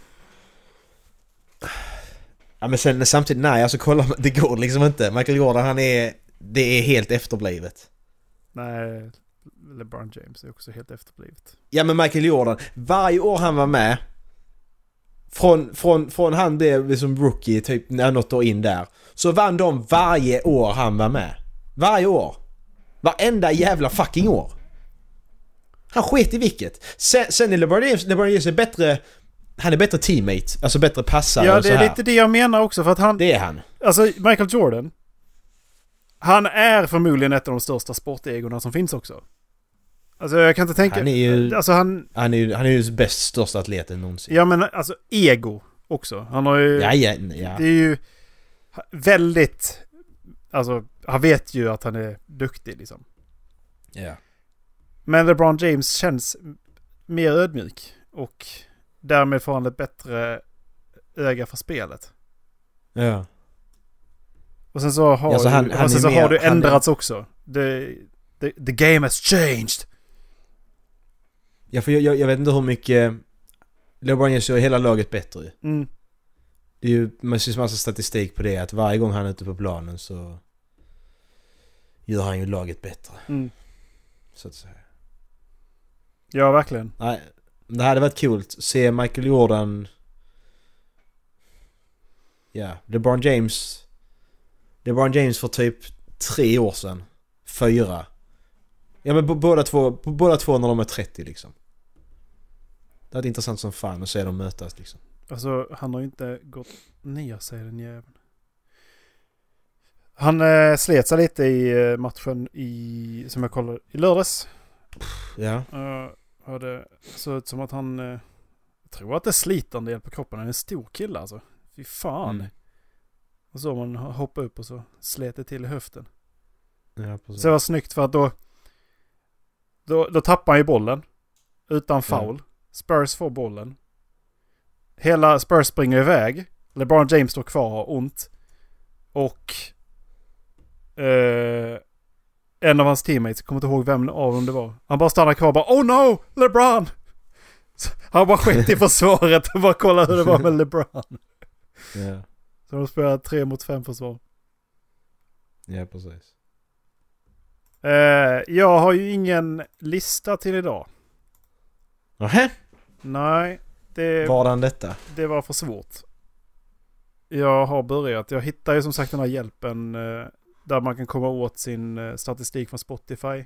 [SPEAKER 5] Ja, men sen samtidigt, nej, alltså kolla, det går liksom inte. Michael Jordan, han är... Det är helt efterblivet.
[SPEAKER 4] Nej, LeBron James är också helt efterblivet.
[SPEAKER 5] Ja, men Michael Jordan, varje år han var med, från, från, från han blev liksom rookie typ något år in där, så vann de varje år han var med. Varje år. Varenda jävla fucking år. Han sket i vilket. Sen, sen är LeBron James, LeBron James är bättre, han är bättre teammate, alltså bättre passare.
[SPEAKER 4] Ja,
[SPEAKER 5] och
[SPEAKER 4] det
[SPEAKER 5] så
[SPEAKER 4] är
[SPEAKER 5] här.
[SPEAKER 4] lite det jag menar också, för att han...
[SPEAKER 5] Det är han.
[SPEAKER 4] Alltså, Michael Jordan, han är förmodligen ett av de största sportegorna som finns också. Alltså, jag kan inte tänka...
[SPEAKER 5] Han är ju...
[SPEAKER 4] Alltså, han...
[SPEAKER 5] Han är ju, han är ju bäst största atleten någonsin.
[SPEAKER 4] Ja, men alltså, ego också. Han har ju...
[SPEAKER 5] Ja, ja, ja.
[SPEAKER 4] Det är ju väldigt... Alltså, han vet ju att han är duktig, liksom.
[SPEAKER 5] Ja.
[SPEAKER 4] Men LeBron James känns mer ödmjuk. Och därmed får han ett bättre öga för spelet.
[SPEAKER 5] Ja.
[SPEAKER 4] Och sen så har,
[SPEAKER 5] Ja, så han-
[SPEAKER 4] du,
[SPEAKER 5] han
[SPEAKER 4] och sen
[SPEAKER 5] är
[SPEAKER 4] så
[SPEAKER 5] mer-
[SPEAKER 4] har du
[SPEAKER 5] han är-
[SPEAKER 4] ändrats också. The, the, the game has changed.
[SPEAKER 5] Ja, för jag, jag, jag vet inte hur mycket LeBron James gör hela laget bättre ju.
[SPEAKER 4] Mm.
[SPEAKER 5] Det är ju massa, massa statistik på det, att varje gång han är ute på planen så gör han ju laget bättre.
[SPEAKER 4] Mm.
[SPEAKER 5] Så att säga.
[SPEAKER 4] Ja, verkligen.
[SPEAKER 5] Nej, det hade varit kul att se Michael Jordan. Ja, LeBron James. LeBron James för typ tre år sedan. Fyra. Ja, men b- båda två, b- båda två när de är trettio liksom. Det är intressant som fan att se dem mötas liksom.
[SPEAKER 4] Alltså, han har ju inte gått ner sig, den jäveln. Han eh, slet sig lite i eh, matchen i, som jag kollade i lördags.
[SPEAKER 5] Ja.
[SPEAKER 4] Uh, och det såg ut som att han... Uh, jag tror att det sliter en del på kroppen. Han är en stor kille alltså. Fy fan.
[SPEAKER 5] Mm.
[SPEAKER 4] Och så man hoppar upp och så slet det till i höften.
[SPEAKER 5] Ja, precis.
[SPEAKER 4] Så det var snyggt för att då då, då tappar han ju bollen utan foul.
[SPEAKER 5] Ja.
[SPEAKER 4] Spurs får bollen. Hela Spurs springer iväg. LeBron James står kvar och har ont. Och eh, en av hans teammates, kommer inte ihåg vem av dem det var. Han bara stannar kvar och bara oh no, LeBron! Så han bara skett i försvaret och bara kolla hur det var med LeBron.
[SPEAKER 5] Ja,
[SPEAKER 4] Så de spelar tre mot fem försvar.
[SPEAKER 5] ja precis.
[SPEAKER 4] Eh, jag har ju ingen lista till idag.
[SPEAKER 5] Nähä?
[SPEAKER 4] Nej, det,
[SPEAKER 5] Vadan detta?
[SPEAKER 4] det var för svårt. Jag har börjat. Jag hittar ju som sagt den här hjälpen eh, där man kan komma åt sin eh, statistik från Spotify.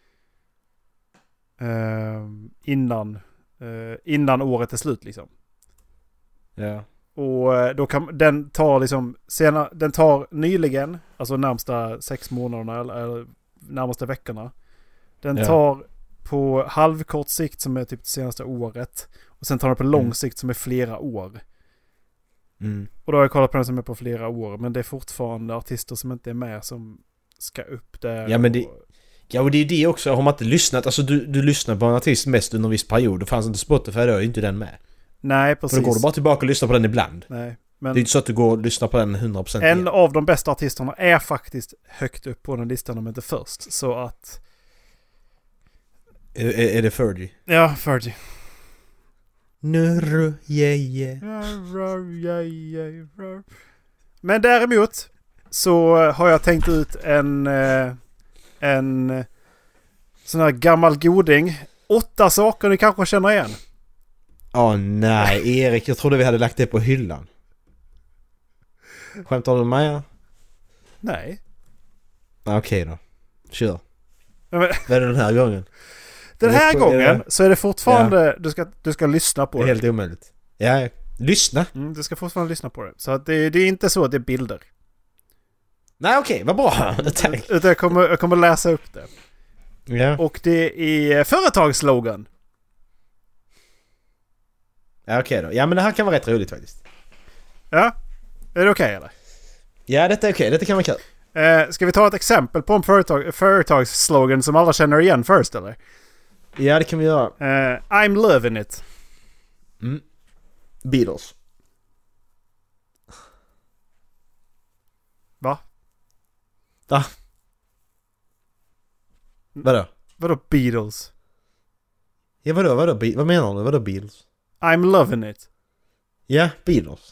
[SPEAKER 4] Eh, innan, eh, innan året är slut liksom.
[SPEAKER 5] Ja.
[SPEAKER 4] Och eh, då kan den tar liksom sena, den tar nyligen, alltså närmsta sex månaderna eller, eller närmaste veckorna. Den
[SPEAKER 5] Ja.
[SPEAKER 4] tar på halvkort sikt som är typ det senaste året. Och sen tar den på lång
[SPEAKER 5] Mm.
[SPEAKER 4] sikt som är flera år.
[SPEAKER 5] Mm.
[SPEAKER 4] Och då har jag kollat på den som är på flera år. Men det är fortfarande artister som inte är med som ska upp där.
[SPEAKER 5] Ja, men det-
[SPEAKER 4] och,
[SPEAKER 5] Ja, och det är det också. Har man inte lyssnat, alltså du, du lyssnar på en artist mest under en viss period. Då fanns inte Spotify, då är inte den med.
[SPEAKER 4] nej,
[SPEAKER 5] För
[SPEAKER 4] precis.
[SPEAKER 5] då går du bara tillbaka och lyssnar på den ibland.
[SPEAKER 4] Nej,
[SPEAKER 5] Det
[SPEAKER 4] men
[SPEAKER 5] är inte så att du går och lyssnar på den hundra procent
[SPEAKER 4] en
[SPEAKER 5] igen.
[SPEAKER 4] av de bästa artisterna är faktiskt högt upp på den listan om inte först. Så att...
[SPEAKER 5] Är, är, är det Fergie?
[SPEAKER 4] Ja, Fergie.
[SPEAKER 5] Nurru, yeah, yeah.
[SPEAKER 4] Men däremot så har jag tänkt ut en eh, en eh, sån här gammal goding. Åtta saker ni kanske känner igen.
[SPEAKER 5] Åh nej, Erik, jag trodde vi hade lagt det på hyllan. Skämtar du med mig?
[SPEAKER 4] Nej.
[SPEAKER 5] Ah, Okej då. Kör.
[SPEAKER 4] Ja, men,
[SPEAKER 5] Vad är det den här gången?
[SPEAKER 4] den här
[SPEAKER 5] Är det-
[SPEAKER 4] gången så är det fortfarande du ska, du ska lyssna
[SPEAKER 5] Det
[SPEAKER 4] på
[SPEAKER 5] är
[SPEAKER 4] det.
[SPEAKER 5] helt omöjligt. Ja, lyssna.
[SPEAKER 4] Mm, du ska fortfarande lyssna på det. Så att det, det är inte så att det är bilder.
[SPEAKER 5] Nej okej, vad bra. Tack.
[SPEAKER 4] Utan jag kommer, jag kommer läsa upp det.
[SPEAKER 5] Ja.
[SPEAKER 4] Och det är företagsslogan.
[SPEAKER 5] Ja okej då. Ja men det här kan vara rätt roligt faktiskt.
[SPEAKER 4] Ja, är det okej eller?
[SPEAKER 5] Ja detta är okej, detta kan vara kul.
[SPEAKER 4] Eh, ska vi ta ett exempel på en företag, företagsslogan som alla känner igen först eller?
[SPEAKER 5] Ja det kan vi göra.
[SPEAKER 4] Eh, I'm loving it.
[SPEAKER 5] Mm. Beatles.
[SPEAKER 4] Va?
[SPEAKER 5] Va? Vadå?
[SPEAKER 4] Vadå Beatles?
[SPEAKER 5] Ja vadå, vadå? Be- vad menar du? Vadå Beatles?
[SPEAKER 4] I'm loving it.
[SPEAKER 5] Ja, Beatles.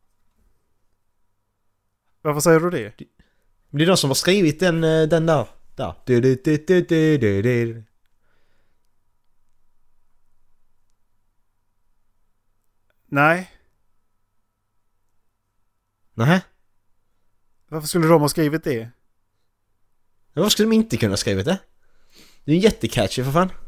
[SPEAKER 4] Varför säger du det?
[SPEAKER 5] Men det är de som har skrivit den, eh, den där. Där. Du, du, du, du, du, du, du.
[SPEAKER 4] Nej.
[SPEAKER 5] Nähä?
[SPEAKER 4] Varför skulle de ha skrivit det?
[SPEAKER 5] Men varför skulle de inte kunna ha skrivit det? Det är ju jättecatchy för fan.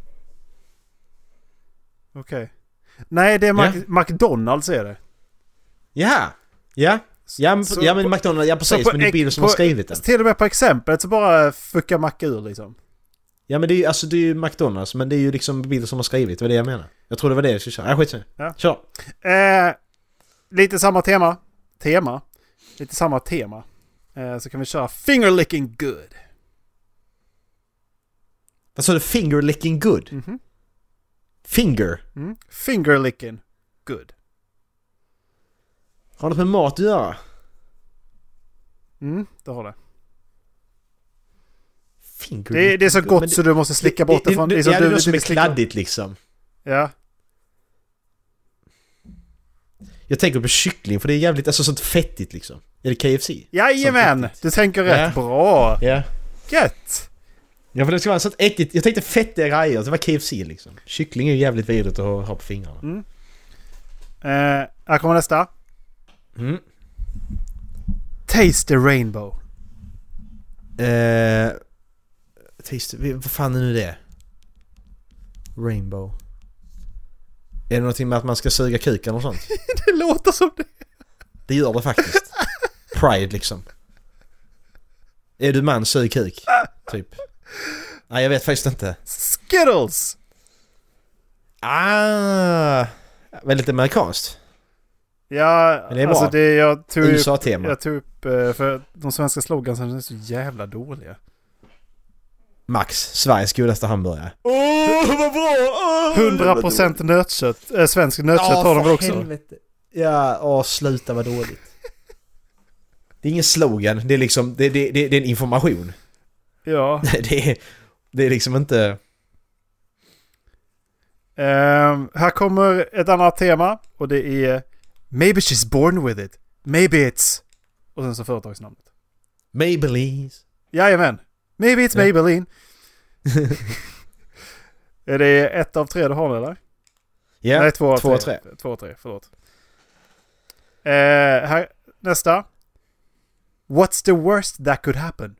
[SPEAKER 4] Okej. Nej, det är Mac- McDonalds är det.
[SPEAKER 5] Jaha. Ja. Ja, men,
[SPEAKER 4] Så
[SPEAKER 5] ja men
[SPEAKER 4] på-
[SPEAKER 5] McDonalds, ja
[SPEAKER 4] så
[SPEAKER 5] precis,
[SPEAKER 4] på
[SPEAKER 5] men det är
[SPEAKER 4] ex-
[SPEAKER 5] Beatles som
[SPEAKER 4] på-
[SPEAKER 5] har skrivit den.
[SPEAKER 4] Till och med på exemplet så bara fuckar Mac ur liksom.
[SPEAKER 5] Ja men det är ju, alltså det är ju McDonalds, men det är ju liksom Beatles som har skrivit, det var det jag menar. Jag tror det var det jag skulle köra. Ja, skit
[SPEAKER 4] Ja.
[SPEAKER 5] Kör.
[SPEAKER 4] Eh, lite samma tema. Tema. Lite samma tema. Eh, så kan vi köra finger licking good.
[SPEAKER 5] Vad sa du? Finger licking good?
[SPEAKER 4] Mhm.
[SPEAKER 5] Finger?
[SPEAKER 4] Mm. Finger licking good.
[SPEAKER 5] Har det med mat att göra?
[SPEAKER 4] Mm, det har det.
[SPEAKER 5] Finger
[SPEAKER 4] Det, är- det är så
[SPEAKER 5] licking
[SPEAKER 4] gott
[SPEAKER 5] good, men
[SPEAKER 4] så du måste slicka bort det,
[SPEAKER 5] det,
[SPEAKER 4] från...
[SPEAKER 5] det,
[SPEAKER 4] är så
[SPEAKER 5] ja, det är
[SPEAKER 4] du-
[SPEAKER 5] något som
[SPEAKER 4] du
[SPEAKER 5] är
[SPEAKER 4] vill slicka-
[SPEAKER 5] kladdigt liksom.
[SPEAKER 4] Ja.
[SPEAKER 5] Jag tänker på kyckling för det är jävligt, alltså sånt fettigt liksom. Är det K F C?
[SPEAKER 4] Jajamän!
[SPEAKER 5] Sånt fettigt.
[SPEAKER 4] Du tänker
[SPEAKER 5] Ja.
[SPEAKER 4] rätt bra.
[SPEAKER 5] Ja.
[SPEAKER 4] Gött!
[SPEAKER 5] Ja för det ska vara sånt äckligt. Jag tänkte fettiga grejer, det var K F C liksom. Kyckling är ju jävligt vidrigt att ha, ha på fingrarna.
[SPEAKER 4] Mm. Eh, här kommer nästa.
[SPEAKER 5] Mm.
[SPEAKER 4] Taste the rainbow.
[SPEAKER 5] Eh, taste, vad fan är nu det? Rainbow. Är det någonting med att man ska suga kuken och sånt?
[SPEAKER 4] Det låter som det.
[SPEAKER 5] Det gör det faktiskt. Pride liksom. Är du man, sug kuk. Typ. Nej, jag vet faktiskt inte.
[SPEAKER 4] Skittles!
[SPEAKER 5] Ah, väldigt amerikanskt.
[SPEAKER 4] Ja,
[SPEAKER 5] Men det är bra.
[SPEAKER 4] alltså det jag tog
[SPEAKER 5] U
[SPEAKER 4] upp,
[SPEAKER 5] S A-tema.
[SPEAKER 4] jag tog upp eh, för de svenska slogansen är så jävla dåliga.
[SPEAKER 5] Max, Sveriges godaste hamburgare. Åh, vad bra!
[SPEAKER 4] hundra procent nötkött, äh, svensk nötkött har de väl också?
[SPEAKER 5] Helvete. Ja, åh, sluta vad dåligt. Det är ingen slogan, det är liksom, det, det, det, det är en information.
[SPEAKER 4] Ja.
[SPEAKER 5] Det är, det är liksom inte...
[SPEAKER 4] Um, här kommer ett annat tema och det är Maybe she's born with it. Maybe it's... Och sen så företagsnamnet.
[SPEAKER 5] Maybelline.
[SPEAKER 4] Jajamän. Maybe it's
[SPEAKER 5] Ja.
[SPEAKER 4] Maybelline. Är det ett av tre du har eller?
[SPEAKER 5] Ja,
[SPEAKER 4] Nej, två av
[SPEAKER 5] två
[SPEAKER 4] tre.
[SPEAKER 5] och tre.
[SPEAKER 4] Två av tre, förlåt. Eh, här, nästa. What's the worst that could happen?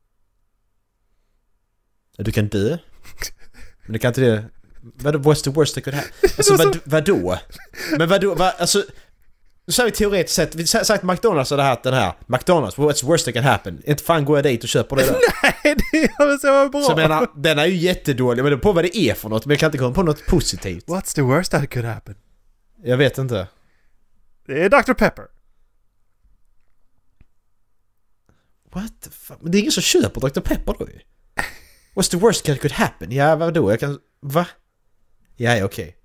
[SPEAKER 5] Du kan dö. Men du kan inte det... Vad what's the worst that could happen? Alltså vad, vadå? Men vadå? Vad, alltså... Nu säger vi teoretiskt sett, vi säger att McDonalds hade haft den här. McDonalds, what's the worst that can happen? Inte fan går jag dit och köper det då.
[SPEAKER 4] Nej, det jag vill säga var bra.
[SPEAKER 5] Så jag menar, den är ju jättedålig. Men det på vad det är för något. Men jag kan inte komma på något positivt.
[SPEAKER 4] What's the worst that could happen?
[SPEAKER 5] Jag vet inte.
[SPEAKER 4] Det är doktor Pepper.
[SPEAKER 5] What the fuck? Men det är ingen som köper doktor Pepper då ju. What's the worst that could happen? Ja, vadå? Jag kan... Va? Ja, okej. Okay.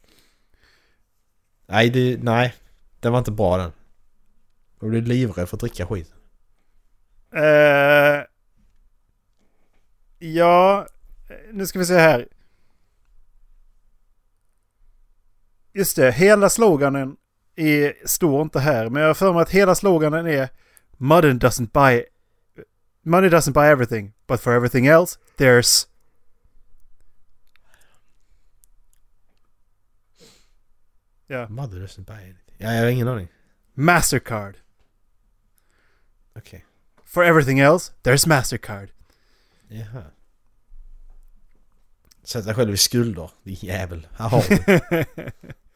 [SPEAKER 5] Nej, det... Nej. Den var inte bra den. Jag blev livrädd för att dricka skit.
[SPEAKER 4] Uh, ja, nu ska vi se här. Just det, hela sloganen är, står inte här. Men jag har för mig att hela sloganen är Money doesn't buy Money doesn't buy everything, but for everything else there's... Ja.
[SPEAKER 5] Mother doesn't buy anything. Ja, jag har ingen aning.
[SPEAKER 4] Mastercard.
[SPEAKER 5] Okej. Okay.
[SPEAKER 4] For everything else there's Mastercard.
[SPEAKER 5] Jaha. Sätt dig själv i skulder, din jävel. Här har du.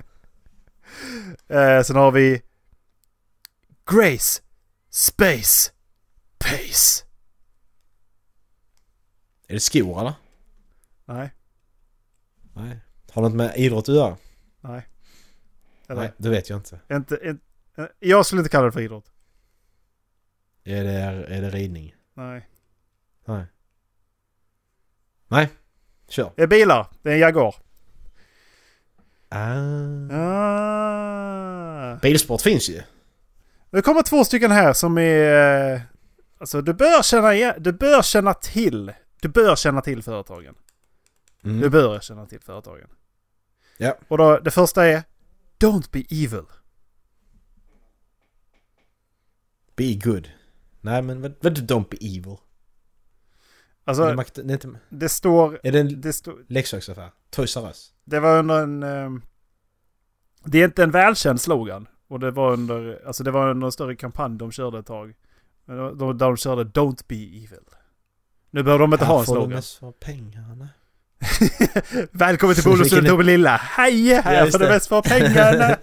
[SPEAKER 4] eh, sen har vi Grace, Space, Pace.
[SPEAKER 5] Är det skor eller?
[SPEAKER 4] Nej.
[SPEAKER 5] Nej. Har något med idrott att göra?
[SPEAKER 4] Nej. Eller?
[SPEAKER 5] Nej, det vet jag inte.
[SPEAKER 4] Inte, inte, jag skulle inte kalla det för idrott.
[SPEAKER 5] Är det, är det ridning?
[SPEAKER 4] Nej.
[SPEAKER 5] Nej. Nej. Kör.
[SPEAKER 4] Det är bilar. Det är en Jaguar.
[SPEAKER 5] Ah.
[SPEAKER 4] Ah.
[SPEAKER 5] Bilsport finns ju.
[SPEAKER 4] Det kommer två stycken här som är... Alltså du bör känna igen, du bör känna till. Du bör känna till företagen.
[SPEAKER 5] Mm.
[SPEAKER 4] Du bör känna till företagen.
[SPEAKER 5] Ja.
[SPEAKER 4] Och då, det första är Don't be evil.
[SPEAKER 5] Be good. Nej, men vad, vad don't be evil?
[SPEAKER 4] Alltså,
[SPEAKER 5] är det, makt, det, är inte,
[SPEAKER 4] det står...
[SPEAKER 5] är det en
[SPEAKER 4] Det, står,
[SPEAKER 5] leksaksaffär? Toys R Us?
[SPEAKER 4] det var under en... Um, det är inte en välkänd slogan. Och det var under... Alltså det var under en större kampanj de körde ett tag. De, de, där de körde Don't be evil. Nu behöver de inte ha en slogan.
[SPEAKER 5] Här får de pengarna.
[SPEAKER 4] Välkommen till Bolus och Tobelilla. Hej, här får du mest för pengarna.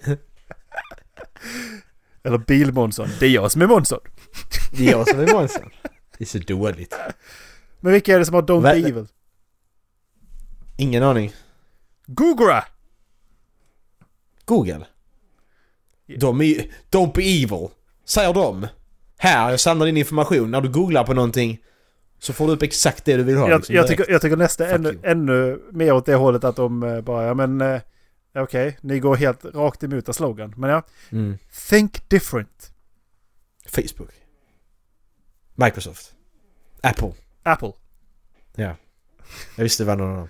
[SPEAKER 4] Eller Bil-Månsson. Det är jag som är Månsson.
[SPEAKER 5] Det är jag som är Månsson. Det är så dåligt.
[SPEAKER 4] Men vilka är det som har Don't
[SPEAKER 5] Väl-
[SPEAKER 4] be evil?
[SPEAKER 5] Ingen aning.
[SPEAKER 4] Google!
[SPEAKER 5] Google. De är ju... Don't be evil. Säger de. Här, jag samlar din information. När du googlar på någonting så får du upp exakt det du vill ha.
[SPEAKER 4] Jag,
[SPEAKER 5] liksom,
[SPEAKER 4] jag,
[SPEAKER 5] direkt.
[SPEAKER 4] tycker, jag tycker nästan
[SPEAKER 5] Fuck
[SPEAKER 4] ännu,
[SPEAKER 5] you.
[SPEAKER 4] ännu mer åt det hållet att de eh, bara, ja men eh, okej, okay, ni går helt rakt emot av slogan. Men ja,
[SPEAKER 5] Mm.
[SPEAKER 4] think different.
[SPEAKER 5] Facebook. Microsoft. Apple.
[SPEAKER 4] Apple.
[SPEAKER 5] Ja. Jag visste det var någon av dem.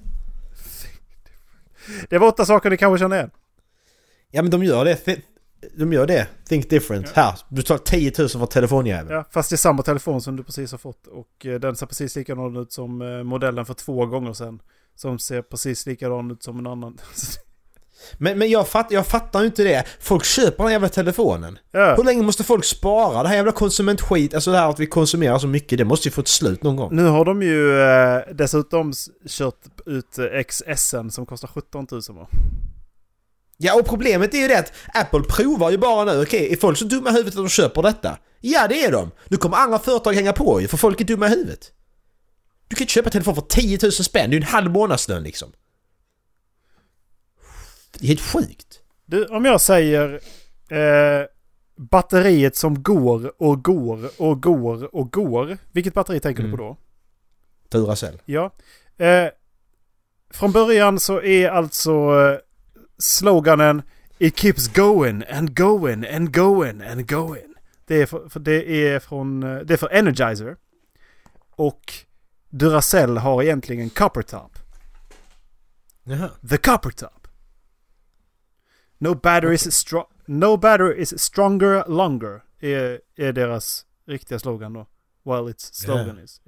[SPEAKER 4] Det var åtta saker ni kanske känner igen.
[SPEAKER 5] Ja, men de gör det. Th- De gör det. Think different.
[SPEAKER 4] Ja.
[SPEAKER 5] Här. Du tar tio tusen för telefonjäveln.
[SPEAKER 4] Ja, fast det är samma telefon som du precis har fått. Och eh, den ser precis likadan ut som eh, modellen för två gånger sedan. Som ser precis likadan ut som en annan.
[SPEAKER 5] Men, men jag, fatt, jag fattar ju inte det. Folk köper den jävla telefonen.
[SPEAKER 4] Ja.
[SPEAKER 5] Hur länge måste folk spara? Det här jävla konsumentskit. Alltså det här att vi konsumerar så mycket. Det måste ju få ett slut någon gång.
[SPEAKER 4] Nu har de ju eh, dessutom s- kört ut eh, X S N som kostar sjutton tusen va?
[SPEAKER 5] Ja, och problemet är ju det att Apple provar ju bara nu. Okej, är folk så dumma i huvudet att de köper detta? Ja, det är de. Nu kommer andra företag hänga på ju, för folk är dumma i huvudet. Du kan inte köpa en telefon för tio tusen spänn. Det är ju en halv månadslön liksom. Det är helt sjukt.
[SPEAKER 4] Du, om jag säger Eh, batteriet som går och går och går och går. Vilket batteri tänker
[SPEAKER 5] Mm.
[SPEAKER 4] du på då?
[SPEAKER 5] Duracell.
[SPEAKER 4] Ja. Eh, från början så är alltså eh, sloganen It keeps going and going and going and going. Det är, för, för det är från eh, det är för Energizer. Och Duracell har egentligen copper top.
[SPEAKER 5] Jaha.
[SPEAKER 4] The copper top. No battery is strong. No battery is stronger longer. Är, är deras riktiga slogan då. While its slogan
[SPEAKER 5] Yeah.
[SPEAKER 4] is. Ja.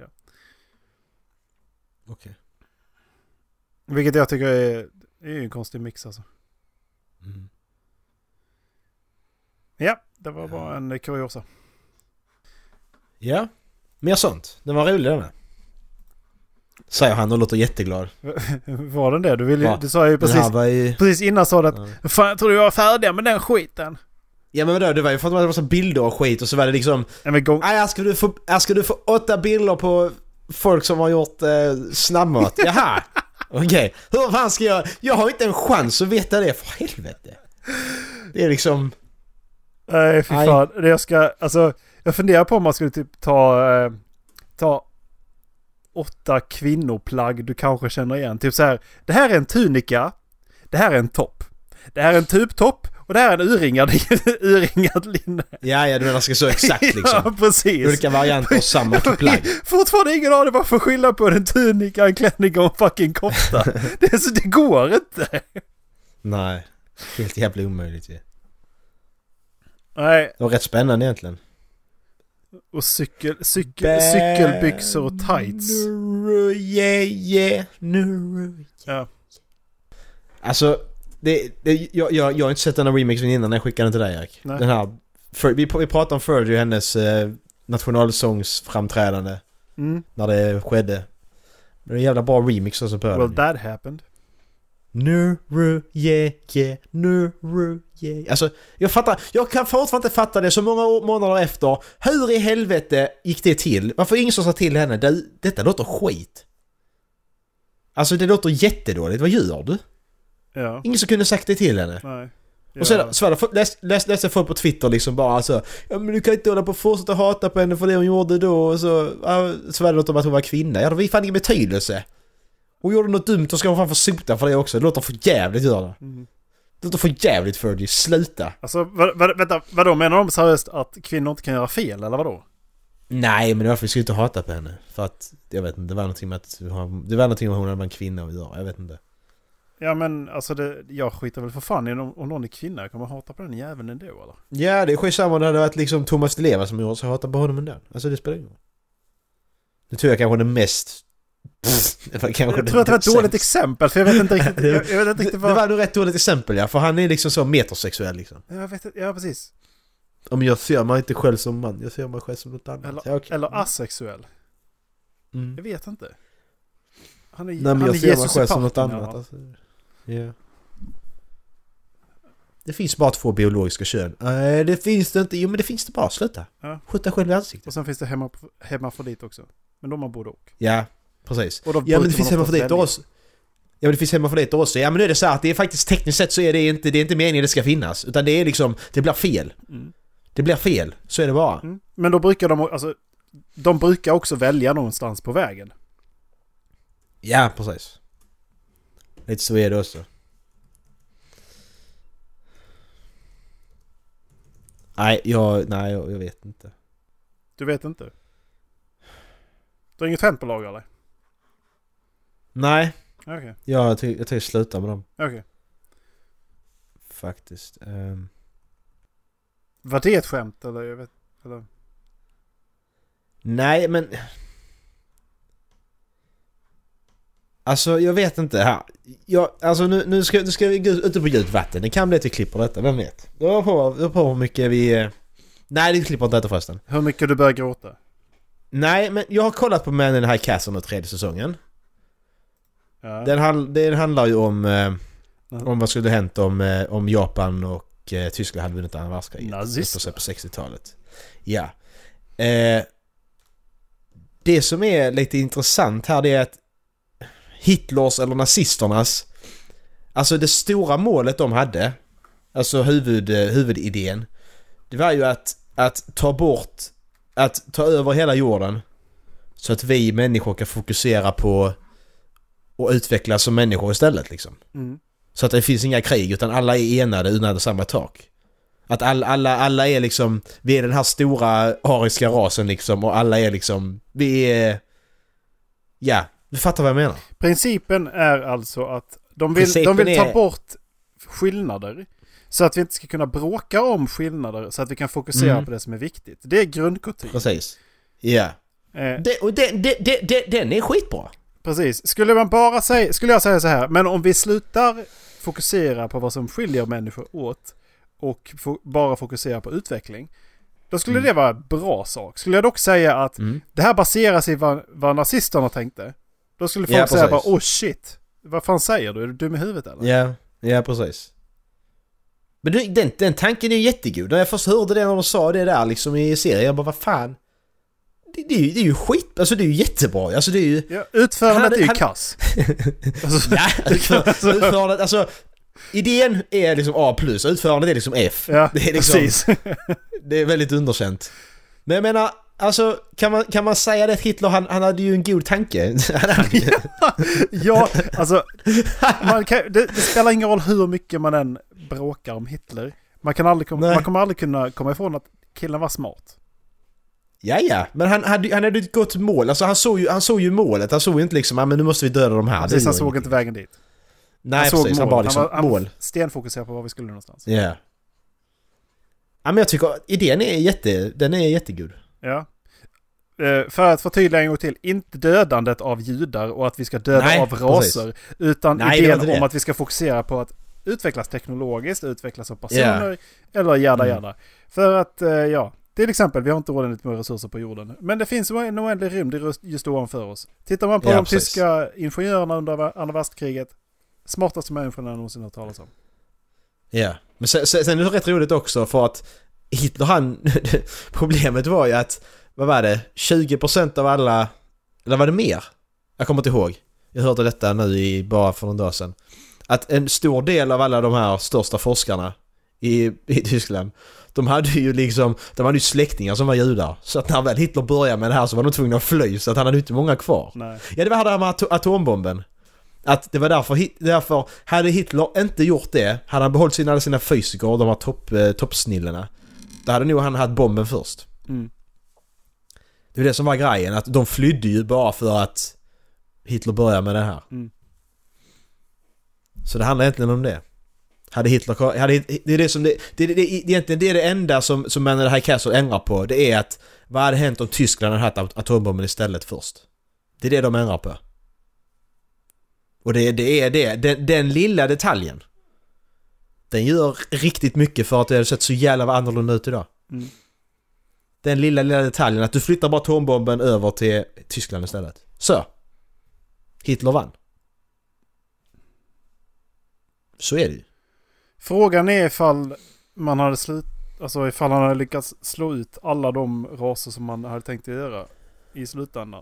[SPEAKER 5] Okej.
[SPEAKER 4] Vilket jag tycker är, är en konstig mix alltså.
[SPEAKER 5] Mm.
[SPEAKER 4] Ja, det var bara en kuriosa.
[SPEAKER 5] Ja, mer sånt. Den var rolig den här. Säger han och låter jätteglad.
[SPEAKER 4] Var den det? Du, ville,
[SPEAKER 5] Va?
[SPEAKER 4] du sa ju
[SPEAKER 5] Den
[SPEAKER 4] precis,
[SPEAKER 5] här var ju...
[SPEAKER 4] precis innan sa du att
[SPEAKER 5] Ja.
[SPEAKER 4] fan, jag tror du var färdig med den skiten.
[SPEAKER 5] Ja men vadå, det var ju för att det var massa bilder och skit och så var det liksom...
[SPEAKER 4] Ja, men gång...
[SPEAKER 5] Nej, här ska du få, här ska du få åtta bilder på folk som har gjort eh, snabbmat. Jaha! Okej, okay. Hur fan ska jag... Jag har inte en chans att veta det, för helvete. Det är liksom...
[SPEAKER 4] Nej, fy
[SPEAKER 5] Aj.
[SPEAKER 4] fan. Det jag ska... Alltså, jag funderar på om man skulle typ ta... Eh, ta åtta kvinnoplagg du kanske känner igen. Typ så här. Det här är en tunika. Det här är en topp. Det här är en tubtopp. Och det här är en urringad, urringad linne.
[SPEAKER 5] Ja, ja, du menar ska så exakt liksom.
[SPEAKER 4] Ja, precis.
[SPEAKER 5] Olika varianter av samma plagg.
[SPEAKER 4] Fortfarande ingen aning vad för skillnad på en tunika, en klänning och en fucking kofta. Det, är så, det går inte.
[SPEAKER 5] Nej, helt jävla omöjligt ju.
[SPEAKER 4] Nej,
[SPEAKER 5] Det var rätt spännande egentligen.
[SPEAKER 4] och cykel, cykel, cykelbyxor och tights.
[SPEAKER 5] Nuru, yeah, yeah, nuru.
[SPEAKER 4] Ja.
[SPEAKER 5] Alltså, det, det, jag, jag, jag har inte sett den här remixen innan när jag skickade den till dig, Erik.
[SPEAKER 4] Nej.
[SPEAKER 5] Den här, för, vi, vi pratade om Fergie och hennes eh, nationalsångsframträdande
[SPEAKER 4] Mm.
[SPEAKER 5] när det skedde. Men det är en jävla bra remix också på
[SPEAKER 4] Well,
[SPEAKER 5] den.
[SPEAKER 4] that happened.
[SPEAKER 5] Nuru, yeah, yeah, nuru, yeah. Alltså, jag fattar, jag kan fortfarande inte fatta det så många år, månader efter. Hur i helvete gick det till? Varför ingen som sa till henne? Det, detta låter skit. Alltså, det låter jättedåligt. Vad gör du?
[SPEAKER 4] Ja.
[SPEAKER 5] Ingen som kunde sagt det till henne.
[SPEAKER 4] Nej. Ja.
[SPEAKER 5] Och sen så var det, läs, läs, läste folk på Twitter liksom bara alltså, ja men du kan inte hålla på och fortsätta hata på henne för det hon gjorde då och så, ja, så var det något om att hon var kvinna. Ja, det var fan ingen betydelse. Hon gjorde något dumt och ska hon fan få sota för det också. Det låter för jävligt gör det.
[SPEAKER 4] Mm.
[SPEAKER 5] Det låter för jävligt för dig. Sluta.
[SPEAKER 4] Alltså, vad, vad, vänta, vadå? Menar de seriöst att kvinnor inte kan göra fel, eller vadå?
[SPEAKER 5] Nej, men varför ska du inte hata på henne? För att, jag vet inte, det var någonting med att det var någonting med hon hade en kvinna att göra. Jag vet inte.
[SPEAKER 4] Ja, men alltså, det, jag skiter väl för fan i om, om någon är kvinna. Jag kommer hata på den jäveln ändå, eller?
[SPEAKER 5] Ja, det är skitsamma om det hade varit liksom Thomas Di Leva som gjorde så hata på honom ändå. Alltså det spelar ingen roll. Nu tror jag kanske det mest... Det var kanske
[SPEAKER 4] Jag tror att det var ett dåligt exempel, för jag vet inte riktigt, jag, jag vet inte riktigt vad...
[SPEAKER 5] Det var nog rätt dåligt exempel, ja. För han är liksom så metersexuell liksom.
[SPEAKER 4] Jag vet inte, ja precis.
[SPEAKER 5] Om jag ser mig inte själv som man, jag ser mig själv som något annat.
[SPEAKER 4] Eller,
[SPEAKER 5] Ja, okej.
[SPEAKER 4] eller asexuell.
[SPEAKER 5] Mm.
[SPEAKER 4] Jag vet inte. Han är,
[SPEAKER 5] Nej, men
[SPEAKER 4] han
[SPEAKER 5] jag
[SPEAKER 4] är
[SPEAKER 5] ser mig
[SPEAKER 4] Jesus
[SPEAKER 5] själv
[SPEAKER 4] i
[SPEAKER 5] som något
[SPEAKER 4] parken,
[SPEAKER 5] annat.
[SPEAKER 4] ja.
[SPEAKER 5] Alltså. Ja. Det finns bara två biologiska kön. Nej, det finns det inte. Jo, men det finns det bara. Sluta.
[SPEAKER 4] Ja.
[SPEAKER 5] Skjuta själv i ansiktet.
[SPEAKER 4] Och sen finns det hemma, hemmafrodit också. Men de har både och.
[SPEAKER 5] Ja, precis.
[SPEAKER 4] Och då
[SPEAKER 5] Ja, men det
[SPEAKER 4] bryter
[SPEAKER 5] finns
[SPEAKER 4] man oftast
[SPEAKER 5] hemmafroditer
[SPEAKER 4] välja.
[SPEAKER 5] också. Ja, men det finns hemmafroditer också. Ja, men nu är det så här att det är faktiskt tekniskt sett så är det inte, det är inte meningen det ska finnas. Utan det är liksom, det blir fel.
[SPEAKER 4] Mm.
[SPEAKER 5] Det blir fel. Så är det bara.
[SPEAKER 4] Mm. Men då brukar de, alltså, de brukar också välja någonstans på vägen.
[SPEAKER 5] Ja, precis. Lite så är det också. Nej, jag, nej, jag, jag vet inte.
[SPEAKER 4] Du vet inte? Du har inget tempellag eller?
[SPEAKER 5] Nej,
[SPEAKER 4] Okej,
[SPEAKER 5] jag, jag, ty- jag tänker sluta med dem.
[SPEAKER 4] okej.
[SPEAKER 5] Faktiskt. Um,
[SPEAKER 4] Var det ett skämt eller? Jag vet, eller?
[SPEAKER 5] nej, men... Alltså, jag vet inte här. Jag, alltså, nu, nu, ska, nu ska vi gå ute på djupt vatten. Det kan bli att vi klipper detta, vem vet? Det var på, det var på hur mycket vi... eh, Nej, det klipper inte detta förresten.
[SPEAKER 4] Hur mycket du börjar gråta?
[SPEAKER 5] Nej, men jag har kollat på Man in the High Castle den tredje säsongen.
[SPEAKER 4] Ja.
[SPEAKER 5] Den, hand, den handlar ju om... Eh,
[SPEAKER 4] Mhm.
[SPEAKER 5] om vad skulle hänt om, eh, om Japan och eh, Tyskland hade vunnit andra världskriget.
[SPEAKER 4] Nazister.
[SPEAKER 5] På sextiotalet. Ja. Eh, det som är lite intressant här det är att Hitlers eller nazisternas, alltså det stora målet de hade, alltså huvud, huvudidén, det var ju att, att ta bort, att ta över hela jorden så att vi människor kan fokusera på och utvecklas som människor istället liksom.
[SPEAKER 4] Mm.
[SPEAKER 5] Så att det finns inga krig utan alla är enade under samma tak. Att all, alla, alla är liksom, vi är den här stora ariska rasen liksom och alla är liksom, vi är, ja, du fattar vad jag menar.
[SPEAKER 4] Principen är alltså att de vill,
[SPEAKER 5] Principen
[SPEAKER 4] de vill ta
[SPEAKER 5] är... bort
[SPEAKER 4] skillnader så att vi inte ska kunna bråka om skillnader så att vi kan fokusera
[SPEAKER 5] Mm.
[SPEAKER 4] på det som är viktigt. Det är grundkultur.
[SPEAKER 5] Precis. Ja.
[SPEAKER 4] Eh,
[SPEAKER 5] Det, och det, det, det, det, den är skitbra.
[SPEAKER 4] precis. Skulle man bara säga, skulle jag säga så här, men om vi slutar fokusera på vad som skiljer människor åt och fo- bara fokusera på utveckling, då skulle
[SPEAKER 5] Mm.
[SPEAKER 4] det vara en bra sak. Skulle jag dock säga att
[SPEAKER 5] Mm.
[SPEAKER 4] det här baseras i vad, vad nazisterna tänkte, då skulle folk
[SPEAKER 5] Ja,
[SPEAKER 4] säga bara,
[SPEAKER 5] precis.
[SPEAKER 4] oh shit, vad fan säger du? Är du dum i huvudet eller?
[SPEAKER 5] Ja, ja precis. Men du, den, den tanken är ju jättegod. När jag först hörde det när de sa det där liksom i serien, jag bara, vad fan? Det, det, är, ju, det är ju skit, alltså det är ju jättebra. Alltså det är ju...
[SPEAKER 4] Ja, utförandet
[SPEAKER 5] Han-
[SPEAKER 4] är ju
[SPEAKER 5] han-
[SPEAKER 4] kass. Alltså,
[SPEAKER 5] Ja, utför, utförandet, alltså... Idén är liksom A plus, utförandet är liksom F.
[SPEAKER 4] ja,
[SPEAKER 5] det är liksom,
[SPEAKER 4] precis.
[SPEAKER 5] det är väldigt underkänt. Men jag menar, alltså kan man, kan man säga det att Hitler, han, han hade ju en god tanke.
[SPEAKER 4] Ja, alltså man kan, det, det spelar ingen roll hur mycket man än bråkar om Hitler. Man, kan aldrig kom,
[SPEAKER 5] Nej.
[SPEAKER 4] man kommer aldrig kunna komma ifrån att killen var smart.
[SPEAKER 5] Ja, ja, men han hade, han hade ett gott mål. Alltså han såg ju, han såg ju målet. Han såg ju inte liksom, ah, men nu måste vi döda de här.
[SPEAKER 4] Precis,
[SPEAKER 5] Det
[SPEAKER 4] han
[SPEAKER 5] gör
[SPEAKER 4] såg
[SPEAKER 5] ingenting.
[SPEAKER 4] inte vägen dit.
[SPEAKER 5] Nej,
[SPEAKER 4] han såg
[SPEAKER 5] precis.
[SPEAKER 4] mål.
[SPEAKER 5] Han bara liksom,
[SPEAKER 4] han var, han
[SPEAKER 5] mål.
[SPEAKER 4] stenfokuserad på var vi skulle någonstans.
[SPEAKER 5] Ja. Yeah. Ja, men jag tycker idén är jätte, den är jättegod.
[SPEAKER 4] Ja. Eh, för att förtydliga en gång till, inte dödandet av judar och att vi ska döda
[SPEAKER 5] Nej,
[SPEAKER 4] av raser, utan
[SPEAKER 5] Nej, det var
[SPEAKER 4] idén
[SPEAKER 5] inte
[SPEAKER 4] om
[SPEAKER 5] det.
[SPEAKER 4] att vi ska fokusera på att utvecklas teknologiskt, utvecklas som personer, eller jada
[SPEAKER 5] Mm.
[SPEAKER 4] jada. För att, eh, ja, till exempel, vi har inte ordentligt med resurser på jorden. Men det finns en oändlig rymd just- just ovanför oss. Tittar man på
[SPEAKER 5] Ja,
[SPEAKER 4] de
[SPEAKER 5] precis.
[SPEAKER 4] tyska ingenjörerna under andra världskriget, smartaste människorna jag någonsin har talat om.
[SPEAKER 5] Ja. Men sen, sen sen är det rätt roligt också för att Hitler, han... problemet var ju att, vad var det? tjugo procent av alla... Eller var det mer? Jag kommer inte ihåg. Jag hörde detta nu i, bara för någon dag sedan. Att en stor del av alla de här största forskarna i, i Tyskland, de hade ju liksom, de hade ju släktingar som var judar. Så att när väl Hitler började med det här så var de tvungna att fly, så att han hade inte många kvar.
[SPEAKER 4] Nej.
[SPEAKER 5] Ja, det var det här med ato- atombomben. Att det var därför, Hit- därför, hade Hitler inte gjort det, hade han behållit sina, alla sina fysiker och de här topp, eh, toppsnillena, då hade nog han haft bomben först.
[SPEAKER 4] Mm.
[SPEAKER 5] Det är det som var grejen, att de flydde ju bara för att Hitler började med det här.
[SPEAKER 4] Mm.
[SPEAKER 5] Så det handlar egentligen om det. Hade Hitler, hade, det är det som det, det, det, det, egentligen det är det enda som, som Man in the High Castle ändrar på. Det är att vad hade hänt om Tyskland hade haft atombomben istället först? Det är det de ändrar på. Och det, det är det, den, den lilla detaljen, den gör riktigt mycket för att det hade sett så jävla annorlunda ut idag.
[SPEAKER 4] Mm.
[SPEAKER 5] Den lilla, lilla detaljen, att du flyttar bara atombomben över till Tyskland istället. Så. Hitler vann. Så är det ju.
[SPEAKER 4] Frågan är ifall man hade slut, alltså ifall han hade lyckats slå ut alla de raser som man hade tänkt att göra i slutändan.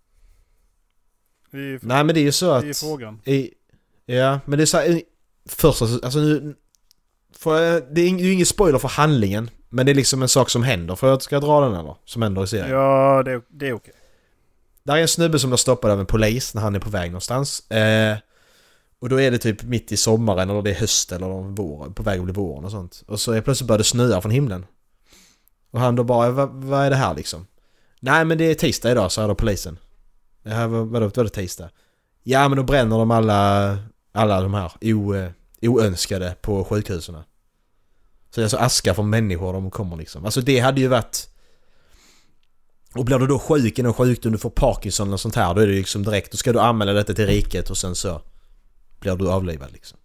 [SPEAKER 4] Det är,
[SPEAKER 5] Nej, men det är ju så att...
[SPEAKER 4] det är frågan.
[SPEAKER 5] I, ja, men det är så här, först alltså nu... För, det är ing- det är ju ingen spoiler för handlingen, men det är liksom en sak som händer. För jag ska dra den eller? Som händer i serien.
[SPEAKER 4] Ja, det, det är okej.
[SPEAKER 5] Där är en snubbe som blir stoppad av en polis när han är på väg någonstans. Eh, och då är det typ mitt i sommaren, eller det är höst eller vår, på väg att bli våren och sånt. Och så är plötsligt börjar det snöa från himlen. Och han då bara, vad, vad är det här liksom? Nej, men det är tisdag idag, sa då polisen. Det här var, vadå, var det tisdag? Ja, men då bränner de alla, alla de här o, oönskade på sjukhusen. Så det är så aska från människor de kommer liksom. Alltså det hade ju varit... Och blir du då sjuk i någon sjukdom, du får Parkinson och sånt här, då är det liksom direkt, då ska du anmäla detta till riket och sen så blir du avlivad liksom.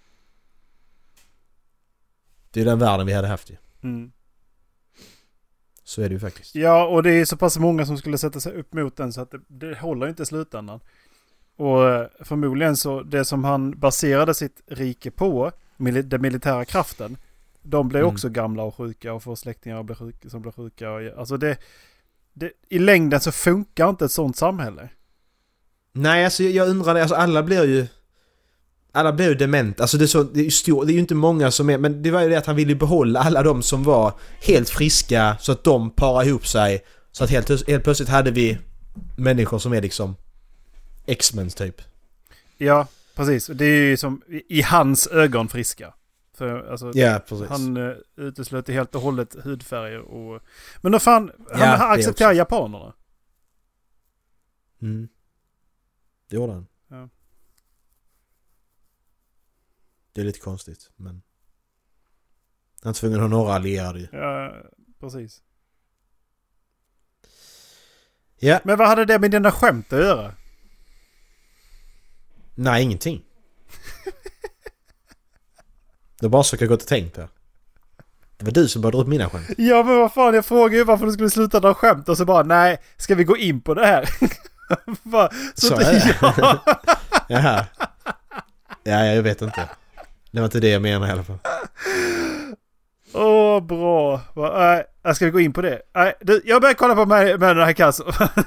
[SPEAKER 5] Det är den världen vi hade haft ju.
[SPEAKER 4] Mm.
[SPEAKER 5] Så är det ju faktiskt.
[SPEAKER 4] Ja, och det är så pass många som skulle sätta sig upp mot den så att det, det håller inte i slutändan. Och eh, förmodligen så, det som han baserade sitt rike på, mil- den militära kraften, de blir
[SPEAKER 5] Mm.
[SPEAKER 4] också gamla och sjuka och får släktingar och blir sjuka, som blir sjuka. Och, alltså det, det, i längden så funkar inte ett sånt samhälle.
[SPEAKER 5] Nej, alltså jag undrar det, alltså alla blir ju... alla blev ju dement. Alltså det är, så, det, är ju stor, det är ju inte många som är... Men det var ju det att han ville behålla alla de som var helt friska så att de parar ihop sig. Så att helt, helt plötsligt hade vi människor som är liksom X-Men typ.
[SPEAKER 4] Ja, precis. Det är ju som i, i hans ögon friska. För, alltså,
[SPEAKER 5] Ja, precis.
[SPEAKER 4] han uh, uteslöt helt och hållet hudfärger och... Men då fan, han,
[SPEAKER 5] Ja,
[SPEAKER 4] han accepterar
[SPEAKER 5] också.
[SPEAKER 4] japanerna.
[SPEAKER 5] Mm. Det gjorde han.
[SPEAKER 4] Ja.
[SPEAKER 5] Det är lite konstigt, men... Han är tvungen att ha några allierade ju.
[SPEAKER 4] Ja, precis.
[SPEAKER 5] Ja.
[SPEAKER 4] Men vad hade det med dina skämt att göra?
[SPEAKER 5] Nej, ingenting. Det var bara så jag gått och tänkt på. Det var du som började dra upp mina skämt.
[SPEAKER 4] Ja, men vad fan, jag frågade ju varför du skulle sluta dra skämt och så bara, nej, ska vi gå in på det här? bara, så
[SPEAKER 5] Så
[SPEAKER 4] att,
[SPEAKER 5] är det.
[SPEAKER 4] ja.
[SPEAKER 5] Jaha. Ja, jag vet inte. Det var inte det jag menade i alla fall.
[SPEAKER 4] Åh, bra. Va, nej, ska vi gå in på det? Nej, du, jag börjar kolla på med, med den här kassen.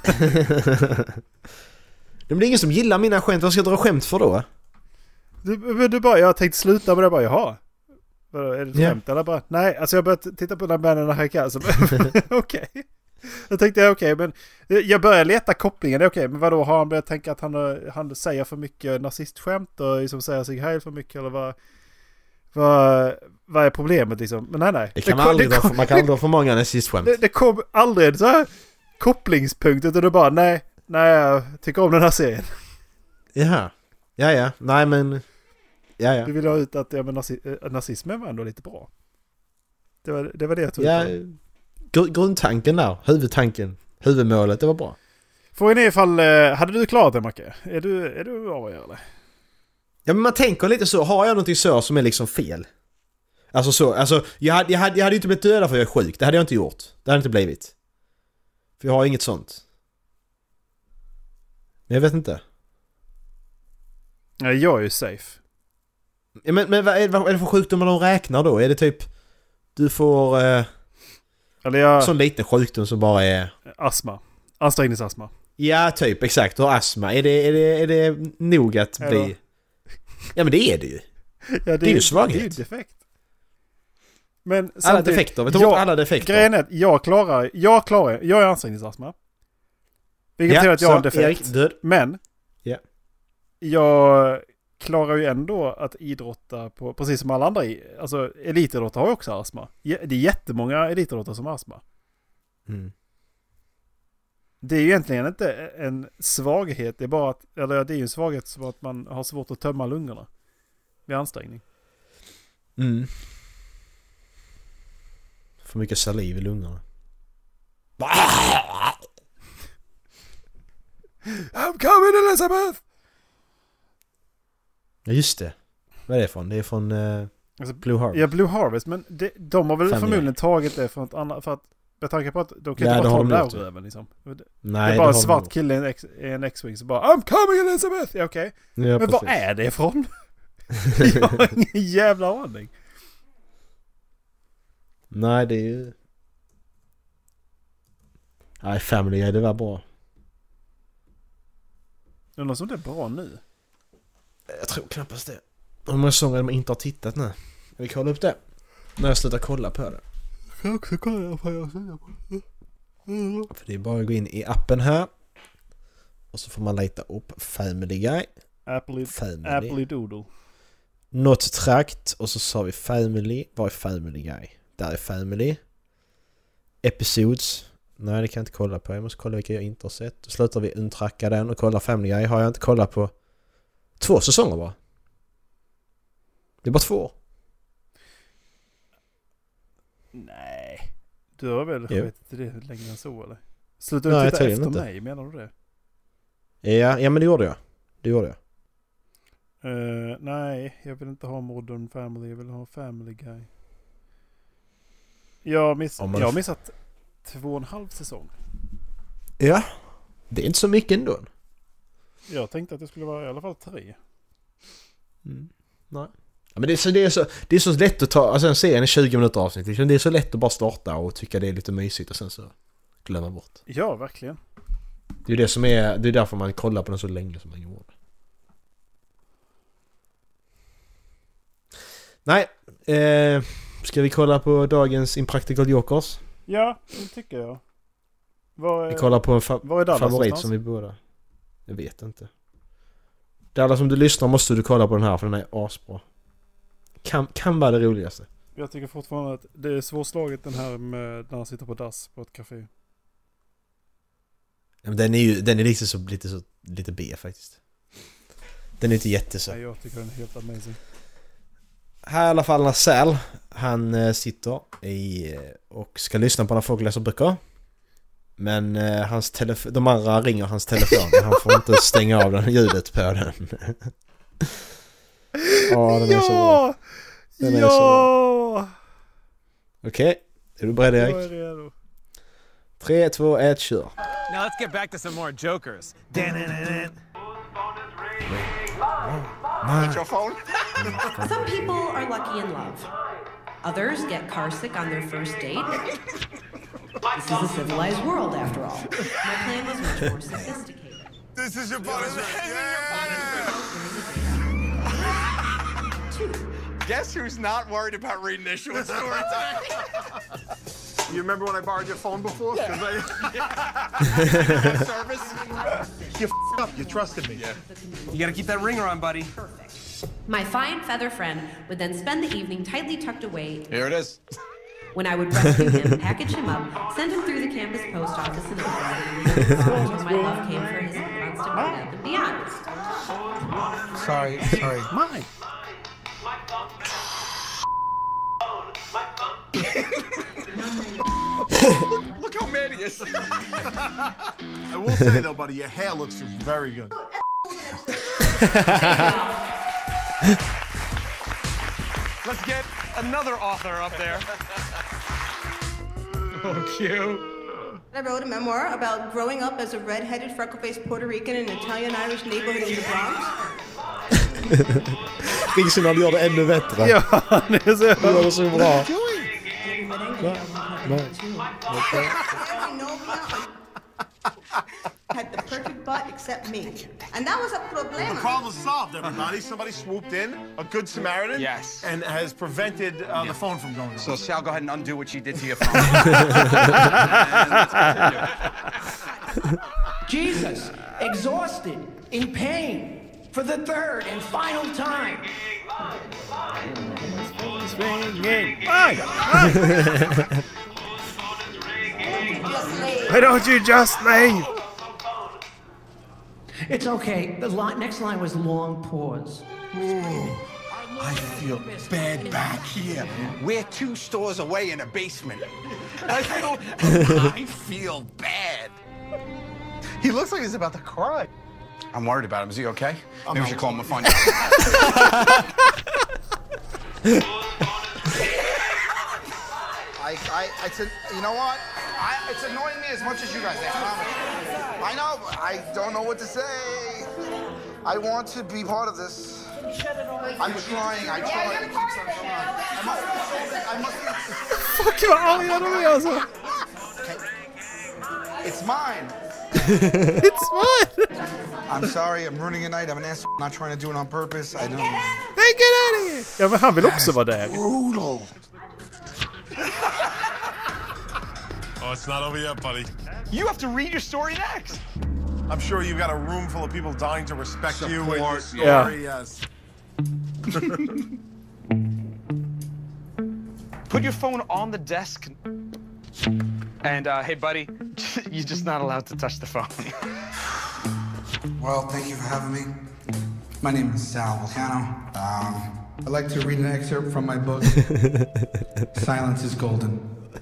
[SPEAKER 5] Det blir ingen som gillar mina skämt. Vad ska jag dra skämt för då?
[SPEAKER 4] Du, men du bara, jag tänkte sluta med det bara, jaha. Vadå, är det ett
[SPEAKER 5] Ja.
[SPEAKER 4] skämt eller bara? Nej, alltså jag började titta på den här den här kassen. Okej. Jag tänkte, ja, okej, men jag började leta kopplingen, okej, okay, men vadå, har han börjat tänka att han, han säger för mycket nazistskämt och liksom säger sig heil för mycket, eller vad, vad, vad är problemet liksom? Men nej, nej.
[SPEAKER 5] Det kan
[SPEAKER 4] det
[SPEAKER 5] man
[SPEAKER 4] kom,
[SPEAKER 5] aldrig
[SPEAKER 4] det
[SPEAKER 5] dra
[SPEAKER 4] kom,
[SPEAKER 5] för, man kan aldrig dra för många nazistskämt.
[SPEAKER 4] det, det kom aldrig en så här kopplingspunkt, utan det bara, nej, nej, jag tycker om den här serien.
[SPEAKER 5] Jaha. Ja, ja. Nej, men... Ja, ja.
[SPEAKER 4] Du vill ha ut att ja, men nazi, äh, nazismen var ändå lite bra. Det var det, var det jag tog
[SPEAKER 5] Ja,
[SPEAKER 4] ut.
[SPEAKER 5] gr- grundtanken där. Huvudtanken. Huvudmålet, det var bra.
[SPEAKER 4] Frågan är ifall, eh, hade du klarat det, Macke? Är du, är du av att göra det?
[SPEAKER 5] Ja, men man tänker lite så. Har jag någonting så som är liksom fel? Alltså så. Alltså, jag hade, jag hade, jag hade ju inte blivit dödad för att jag är sjuk. Det hade jag inte gjort. Det hade inte blivit. För jag har inget sånt. Men jag vet inte.
[SPEAKER 4] Nej, jag är ju safe.
[SPEAKER 5] Ja, men men vad, är, vad är det för sjukdomar de räknar då? Är det typ... Du får... Eh,
[SPEAKER 4] Eller jag...
[SPEAKER 5] sån liten sjukdom som bara är...
[SPEAKER 4] Astma. Ansträngningsastma.
[SPEAKER 5] Ja, typ. Exakt. Du har astma. Är det, är det, är det nog att
[SPEAKER 4] Ja.
[SPEAKER 5] bli... Ja, men det är det ju.
[SPEAKER 4] Ja,
[SPEAKER 5] Det är ju svaghet.
[SPEAKER 4] Det är ju defekt. Men
[SPEAKER 5] Alla
[SPEAKER 4] samtidigt-
[SPEAKER 5] defekter. Vi tar bort
[SPEAKER 4] jag-
[SPEAKER 5] alla defekter.
[SPEAKER 4] Grejen är att jag klarar... Jag klarar... Jag är ansträngningsastma. Vilket betyder att jag har en defekt.
[SPEAKER 5] Erik, död.
[SPEAKER 4] Men...
[SPEAKER 5] Ja.
[SPEAKER 4] Jag klarar ju ändå att idrotta på... Precis som alla andra. i- Alltså, elitidrottare har ju också astma. J- Det är jättemånga elitidrottare som har astma.
[SPEAKER 5] Mm.
[SPEAKER 4] Det är ju egentligen inte en svaghet. Det är bara att... Eller det är ju en svaghet som att man har svårt att tömma lungorna. Vid ansträngning.
[SPEAKER 5] Mm. För mycket saliv i lungorna.
[SPEAKER 4] I'm coming, Elizabeth!
[SPEAKER 5] Ja, just det. Vad är det från? Det är från uh,
[SPEAKER 4] Alltså,
[SPEAKER 5] Blue Harvest.
[SPEAKER 4] ja, Blue Harvest. Men det, de har väl
[SPEAKER 5] Family.
[SPEAKER 4] förmodligen tagit det från ett annat... För att... Med tanke på att de kan
[SPEAKER 5] Ja,
[SPEAKER 4] inte
[SPEAKER 5] det
[SPEAKER 4] bara
[SPEAKER 5] har
[SPEAKER 4] ta
[SPEAKER 5] de
[SPEAKER 4] den
[SPEAKER 5] gjort,
[SPEAKER 4] där
[SPEAKER 5] ja.
[SPEAKER 4] röven liksom. Det
[SPEAKER 5] Nej,
[SPEAKER 4] det är
[SPEAKER 5] det
[SPEAKER 4] bara
[SPEAKER 5] har
[SPEAKER 4] en
[SPEAKER 5] de
[SPEAKER 4] svart
[SPEAKER 5] gjort.
[SPEAKER 4] kille i en, X, i en X-Wing som bara I'm coming, Elizabeth! Ja, okej.
[SPEAKER 5] Ja,
[SPEAKER 4] Men
[SPEAKER 5] precis.
[SPEAKER 4] vad är det ifrån? Jag har ingen jävla aning.
[SPEAKER 5] Nej, det är ju... Nej, Family Guy, det var bra.
[SPEAKER 4] Är det någon som det är bra nu?
[SPEAKER 5] Jag tror knappast det. Hur många säsonger man inte har tittat nu. Vi kollar upp det. När jag slutar kolla på det.
[SPEAKER 4] Jag kan också kolla på jag säger på det.
[SPEAKER 5] För det är bara att gå in i appen här. Och så får man leta upp Family Guy.
[SPEAKER 4] Apple,
[SPEAKER 5] Family.
[SPEAKER 4] Apple Doodle.
[SPEAKER 5] Not tracked. Och så sa vi Family. Var är Family Guy? Där är Family. Episodes. Nej, det kan jag inte kolla på. Jag måste kolla vilka jag inte har sett. Då slutar vi untracka den och kolla Family Guy. Har jag inte kollat på två säsonger bara. Det är bara två.
[SPEAKER 4] Nej. Du har väl
[SPEAKER 5] Jo.
[SPEAKER 4] skett i det längre än så, eller? Slutar du
[SPEAKER 5] Nej,
[SPEAKER 4] titta
[SPEAKER 5] tydligen
[SPEAKER 4] efter
[SPEAKER 5] inte.
[SPEAKER 4] mig, menar du det?
[SPEAKER 5] Ja, ja men det gjorde jag. Det gjorde jag.
[SPEAKER 4] Uh, nej, jag vill inte ha Modern Family. Jag vill ha Family Guy. Jag har, miss-
[SPEAKER 5] Om man-
[SPEAKER 4] jag har missat två och en halv säsong.
[SPEAKER 5] Ja. Det är inte så mycket ändå.
[SPEAKER 4] Jag tänkte att det skulle vara i alla fall tre.
[SPEAKER 5] Mm. Nej. Ja, men det är, så, det, är så, det är så lätt att ta... Alltså en serien är tjugo minuter avsnitt. Det är så lätt att bara starta och tycka det är lite mysigt och sen så glömma bort.
[SPEAKER 4] Ja, verkligen.
[SPEAKER 5] Det är det som är... Det är därför man kollar på den så länge som man gjorde. Nej, eh, ska vi kolla på dagens Impractical Jokers?
[SPEAKER 4] Ja, det tycker jag. Var,
[SPEAKER 5] Vi kollar på en fa-
[SPEAKER 4] var är Dallas
[SPEAKER 5] favorit
[SPEAKER 4] någonstans?
[SPEAKER 5] som vi båda... Jag vet inte. Dallas, om du lyssnar måste du kolla på den här för den är asbra. Kan, kan vara det roligaste.
[SPEAKER 4] Jag tycker fortfarande att det är svårslaget den här med när han sitter på dass på ett café.
[SPEAKER 5] Ja, men den är ju den är lite så lite så lite B faktiskt. Den är inte jätteså.
[SPEAKER 4] Nej, jag tycker den är helt amazing.
[SPEAKER 5] Här i alla fall när Sal han eh, sitter i eh, och ska lyssna på när folk läser böcker. Men eh, hans telefon, de andra ringer hans telefon och han får inte stänga av den ljudet på den. Ja, den är så bra. Den är
[SPEAKER 4] ja!
[SPEAKER 5] så bra. Okej, okay. Är du beredd, Erik?
[SPEAKER 4] Jag är redo.
[SPEAKER 5] tre, två, ett, kör.
[SPEAKER 6] Now let's get back to some more jokers.
[SPEAKER 7] Some people are lucky in love. Others get car sick on their first date. This is a civilized world, after all. My plan was much more sophisticated.
[SPEAKER 8] This is your bonus.
[SPEAKER 7] Two.
[SPEAKER 8] Guess who's not worried about reading this short story today? You remember when I borrowed your phone before? Yeah. I... service? You f***ed up. You trusted me. Yeah.
[SPEAKER 6] You gotta keep that ringer on, buddy.
[SPEAKER 7] Perfect. My fine feather friend would then spend the evening tightly tucked away.
[SPEAKER 8] Here it is.
[SPEAKER 7] When I would rescue him, package him up, send him through the campus post office, and until my love came for his constant above and beyond.
[SPEAKER 8] Sorry, sorry.
[SPEAKER 4] Mine.
[SPEAKER 8] look, look how mad he is. I will say though, buddy, your hair looks very good.
[SPEAKER 6] Let's get another author up there. Oh, cute.
[SPEAKER 9] I wrote a memoir about growing up as a red-headed, freckle-faced Puerto Rican in an Italian-Irish neighborhood in the Bronx.
[SPEAKER 5] Ringsignal gör det ännu bättre.
[SPEAKER 4] Ja, det är så.
[SPEAKER 5] Det gör det så bra.
[SPEAKER 9] Had the perfect butt except me. And that was a problem.
[SPEAKER 8] The problem solved, everybody. Somebody swooped in, a good Samaritan,
[SPEAKER 6] Yes.
[SPEAKER 8] and has prevented uh, yeah. the phone from going off.
[SPEAKER 6] So Sal, go ahead and undo what she did to your phone.
[SPEAKER 10] Jesus, exhausted, in pain, for the third and final time.
[SPEAKER 4] Why don't you just leave?
[SPEAKER 10] It's okay. The li- next line was long pause.
[SPEAKER 8] I feel bad back here. We're two stores away in a basement. I feel, I feel bad. He looks like he's about to cry.
[SPEAKER 6] I'm worried about him. Is he okay?
[SPEAKER 8] I'm
[SPEAKER 6] Maybe we
[SPEAKER 8] not-
[SPEAKER 6] should call him and find out.
[SPEAKER 8] I, I, it's a, you know what? I, it's annoying me as much as you guys. I promise. I know. But I don't know what to say. I want to be part of this. I'm trying. I try. It keeps on coming on. I must. I must.
[SPEAKER 4] Fuck vad arga de är alltså.
[SPEAKER 8] It's mine.
[SPEAKER 4] It's mine.
[SPEAKER 8] I'm sorry. I'm ruining your night. I'm an asshole. I'm not trying to do it on purpose. I don't.
[SPEAKER 4] Nej, get out of here. Ja, men han vill också vara där.
[SPEAKER 8] Brutal.
[SPEAKER 3] Oh, it's not over yet, buddy.
[SPEAKER 6] You have to read your story next.
[SPEAKER 3] I'm sure you've got a room full of people dying to respect you and your story.
[SPEAKER 4] Yeah.
[SPEAKER 3] Yes.
[SPEAKER 6] Put your phone on the desk. And, uh, hey, buddy, you're just not allowed to touch the phone.
[SPEAKER 11] Well, thank you for having me. My name is Sal Volcano. Um, I'd like to read an excerpt from my book, Silence is Golden.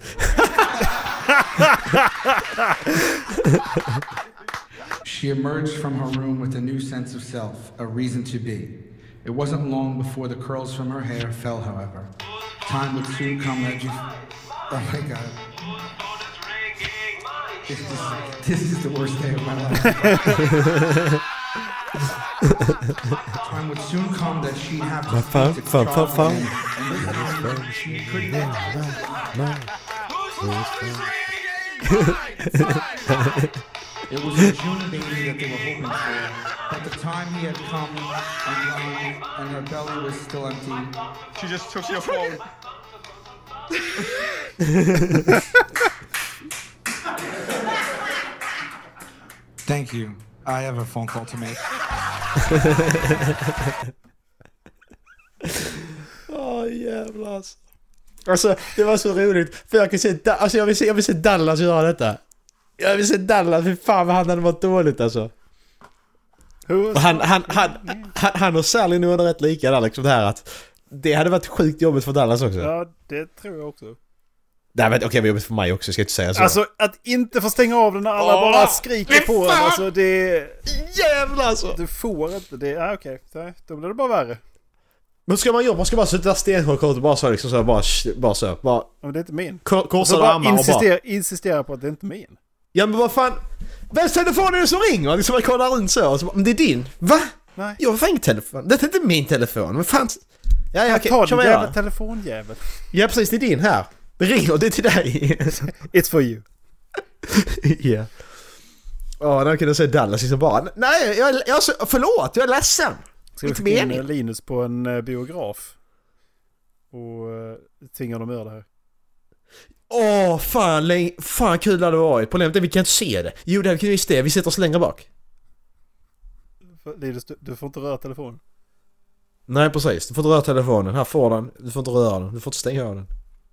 [SPEAKER 11] She emerged from her room with a new sense of self, a reason to be. It wasn't long before the curls from her hair fell, however. Time would soon come that you... Oh my God. This is, this is the worst day of my life. Time would soon come that she'd have to
[SPEAKER 5] Fun,
[SPEAKER 11] speak to
[SPEAKER 5] fun, fun,
[SPEAKER 11] Charles
[SPEAKER 5] fun.
[SPEAKER 11] again, and this time she couldn't. It was a June baby that they were hoping for. At the time he had come and gone, and her belly was still empty.
[SPEAKER 6] She just took your phone.
[SPEAKER 11] Thank you. I have a phone call to make.
[SPEAKER 5] Åh oh, jävlar alltså. Alltså det var så roligt. För jag kan se, alltså jag vill se, jag vill se Dallas göra detta. Jag vill se Dallas, för fan vad han hade varit dåligt alltså. Och han, han, han, han, han och Sally nu är rätt lika där liksom det här att det hade varit sjukt jobbigt för Dallas också.
[SPEAKER 4] Ja, det tror jag också.
[SPEAKER 5] Nej men okej, okay, det var jobbigt för mig också, jag ska inte säga så.
[SPEAKER 4] Alltså att inte få stänga av den när alla oh, bara skriker på en, alltså det...
[SPEAKER 5] Jävlar alltså!
[SPEAKER 4] Du får inte det, ja okej, okay. Då blir det bara värre.
[SPEAKER 5] Men ska man jobba, man ska bara sitta stenhårt och bara så liksom så bara, bara så. Bara,
[SPEAKER 4] men det är inte min.
[SPEAKER 5] Korsade armar och
[SPEAKER 4] insistera,
[SPEAKER 5] bara...
[SPEAKER 4] insistera på att det är inte min.
[SPEAKER 5] Ja men vad fan, vems telefon är det som ringer? Liksom man kollar runt så, så men det är din. Va?
[SPEAKER 4] Nej.
[SPEAKER 5] Jag har fan ingen telefon. Det är inte min telefon, men fan... Ja, ja, okej.
[SPEAKER 4] Ta den jävla telefonjävel.
[SPEAKER 5] Ja precis, det är din här. Det ringer, det är till dig.
[SPEAKER 4] It's for you.
[SPEAKER 5] Ja. Yeah. Åh, oh, när kunde jag säga Dallas liksom bara... Nej, jag, jag, förlåt, jag är ledsen.
[SPEAKER 4] Ska vi skicka in Linus på en uh, biograf? Och uh, tvinga dem att göra det här.
[SPEAKER 5] Åh, oh, fan, fan kul det hade varit. Problemet är att vi kan inte se det. Jo, det kan vi visst det. Vi sitter oss längre bak.
[SPEAKER 4] Linus, du, du får inte röra telefonen.
[SPEAKER 5] Nej, precis. Du får inte röra telefonen. Här får den. Du får inte röra den. Du får inte stänga av den.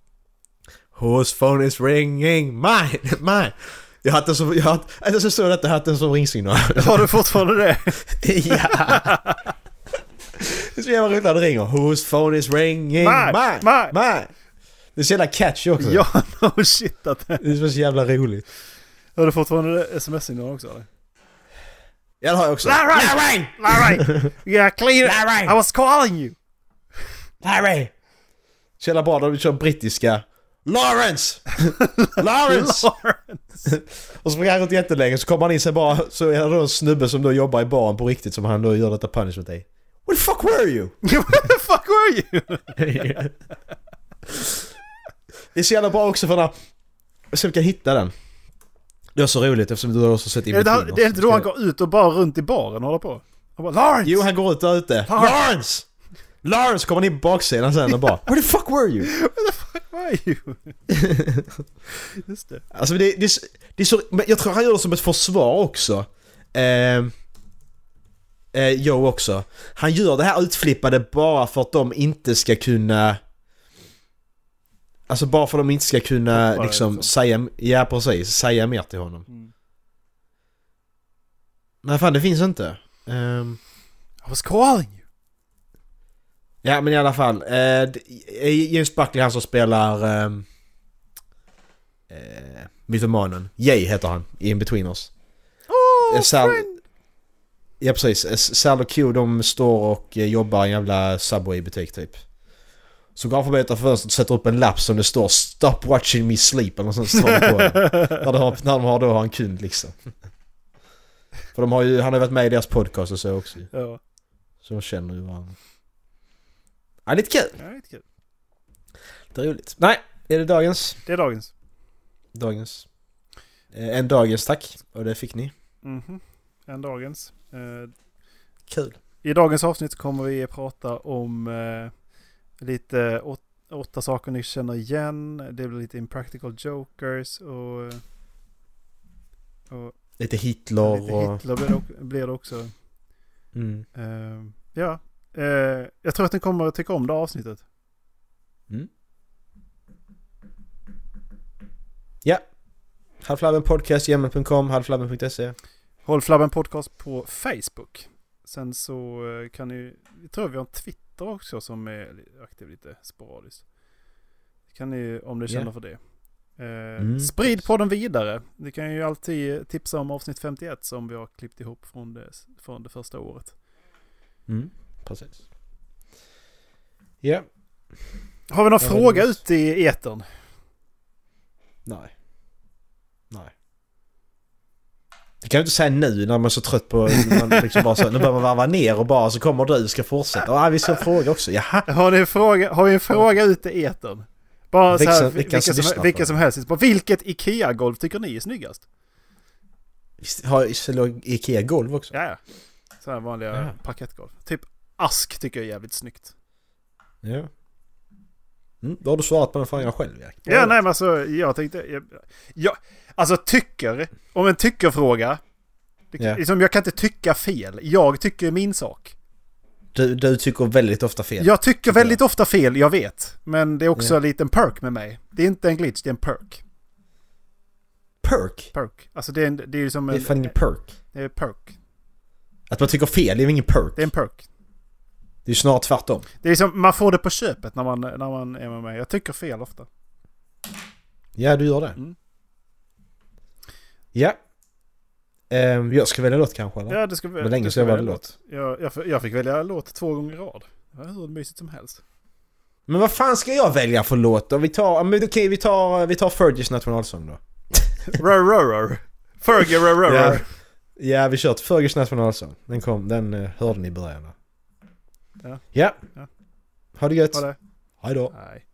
[SPEAKER 5] Whose phone is ringing? Mine! Mine! Jag hade så jag hade alltså så detta hade en som ringsignal.
[SPEAKER 4] Har du fortfarande det?
[SPEAKER 5] Ja. Det är så jävla roligt när det ringer. Whose phone is ringing?
[SPEAKER 4] Mine!
[SPEAKER 5] Mine!
[SPEAKER 4] Mine!
[SPEAKER 5] Mine! Det är så jävla catchy också.
[SPEAKER 4] Ja, no shit att det.
[SPEAKER 5] Det är så jävla roligt.
[SPEAKER 4] Har du fortfarande sms-signal också eller?
[SPEAKER 5] Ja, det har jag också.
[SPEAKER 4] Larry! Larry! Larry! Yeah, clean it! Larry! I was calling you!
[SPEAKER 5] Larry! Så jävla bra när du kör brittiska. Lawrence! Lawrence! Lawrence! Och så springer han runt jättelänge, så kommer han in sig bara, så är det då en snubbe som då jobbar i baren på riktigt som han då gör detta punishment day. Where the fuck were you?
[SPEAKER 4] Where the fuck were you?
[SPEAKER 5] Det är så jävla bra också för när så vi kan hitta den. Det är så roligt eftersom du har också sett in
[SPEAKER 4] det, det, det är inte då han går ut och bara runt i baren och håller på. Han bara, Lawrence!
[SPEAKER 5] Jo, han går ut där ute. Lawrence! Lawrence kommer in på baksidan sen och bara where the fuck were you?
[SPEAKER 4] Where the fuck were you? Just det.
[SPEAKER 5] Alltså det, det, det är så, men jag tror han gör det som ett försvar också. Eh, eh, Joe också. Han gör det här utflippade bara för att de inte ska kunna, alltså bara för att de inte ska kunna bara liksom, liksom säga, ja precis, säga mer till honom. Mm. Men fan, det finns inte. Um,
[SPEAKER 4] I was calling you.
[SPEAKER 5] Ja, men i alla fall eh, James Buckley, han som spelar eh, eh, mytomanen Jay heter han i In Between Us.
[SPEAKER 4] Oh,
[SPEAKER 5] Sal- ja precis, Sal och Q, de står och eh, jobbar i en jävla Subway-butik typ. Så går han förbi utanför fönstret och sätter upp en lapp som det står Stop watching me sleep eller något sånt står på när, de har, när de har då har en kund liksom. För de har ju, han har varit med i deras podcast och så också.
[SPEAKER 4] Ja.
[SPEAKER 5] Så de känner ju varandra. Ja, lite kul.
[SPEAKER 4] Ja, lite kul.
[SPEAKER 5] Det är roligt. Nej, är det dagens?
[SPEAKER 4] Det är dagens.
[SPEAKER 5] Dagens. Eh, en dagens, tack. Och det fick ni.
[SPEAKER 4] Mhm. En dagens. Eh,
[SPEAKER 5] kul.
[SPEAKER 4] I dagens avsnitt kommer vi att prata om eh, lite åt, åtta saker ni känner igen. Det blir lite Impractical Jokers och... och
[SPEAKER 5] lite Hitler.
[SPEAKER 4] lite
[SPEAKER 5] och...
[SPEAKER 4] Hitler blir det, blir det också.
[SPEAKER 5] Mm.
[SPEAKER 4] Eh, ja. Uh, jag tror att ni kommer att tycka om det avsnittet.
[SPEAKER 5] Mm. Ja. Halflabben podcast, gmail punkt com, halflabben punkt se.
[SPEAKER 4] Håll Flabben podcast på Facebook. Sen så uh, kan ni, jag tror vi har en Twitter också som är aktiv lite sporadiskt. Kan ni, om ni känner yeah. för det. Uh, mm. Sprid på den vidare. Ni kan ju alltid tipsa om avsnitt femtioett som vi har klippt ihop från det, från det första året.
[SPEAKER 5] Mm. Precis. Ja. Yeah.
[SPEAKER 4] Har vi någon jag fråga ute i etern?
[SPEAKER 5] Nej. Nej. Det kan jag inte säga nu när man är så trött på man liksom bara så, nu börjar man varva ner och bara så kommer du ska fortsätta. Ja, vi ska fråga också. Jaha.
[SPEAKER 4] Har ni en fråga, har vi en fråga ute i etern? Bara så här, vilka, vilka, som, vilka som helst. Bara, vilket IKEA-golv tycker ni är snyggast?
[SPEAKER 5] Har du Ikea-golv också?
[SPEAKER 4] Ja, ja. Så här vanliga
[SPEAKER 5] Ja.
[SPEAKER 4] parkettgolv. Typ ask tycker jag är jävligt snyggt.
[SPEAKER 5] Ja. Mm, då har du svarat på den frågan själv, Jack.
[SPEAKER 4] Ja, nej men alltså jag tänkte... Jag, jag, alltså tycker, om en tyckerfråga... Det,
[SPEAKER 5] Ja.
[SPEAKER 4] liksom, jag kan inte tycka fel. Jag tycker min sak.
[SPEAKER 5] Du, du tycker väldigt ofta fel.
[SPEAKER 4] Jag tycker väldigt jag. ofta fel, jag vet. Men det är också
[SPEAKER 5] Ja.
[SPEAKER 4] en liten perk med mig. Det är inte en glitch, det är en perk.
[SPEAKER 5] Perk?
[SPEAKER 4] Perk. Alltså det är, en, det är ju som en...
[SPEAKER 5] Det är fan ingen perk.
[SPEAKER 4] Det är perk.
[SPEAKER 5] Att man tycker fel, det är ingen perk.
[SPEAKER 4] Det är en perk.
[SPEAKER 5] Det är ju snarare tvärtom.
[SPEAKER 4] Det är som, man får det på köpet när man, när man är med mig. Jag tycker fel ofta.
[SPEAKER 5] Ja, du gör det.
[SPEAKER 4] Mm.
[SPEAKER 5] Ja. Um, jag ska välja låt kanske, eller?
[SPEAKER 4] Ja, det ska vi.
[SPEAKER 5] Men länge så jag valde låt.
[SPEAKER 4] Jag, jag, jag fick välja låt två gånger i rad. Det var hur mysigt som helst.
[SPEAKER 5] Men vad fan ska jag välja för låt då? Vi tar, men okej, vi tar, vi tar Fergies nationalsång då.
[SPEAKER 4] Rör, rör, rör. Fergie, rör, rör,
[SPEAKER 5] Ja.
[SPEAKER 4] rör.
[SPEAKER 5] Ja, vi kört Fergies nationalsång. Den kom, den uh, hörde ni i början.
[SPEAKER 4] Ja.
[SPEAKER 5] Ja.
[SPEAKER 4] Ja.
[SPEAKER 5] Ha det gött.
[SPEAKER 4] Ha det.
[SPEAKER 5] Hej då.
[SPEAKER 4] Nej.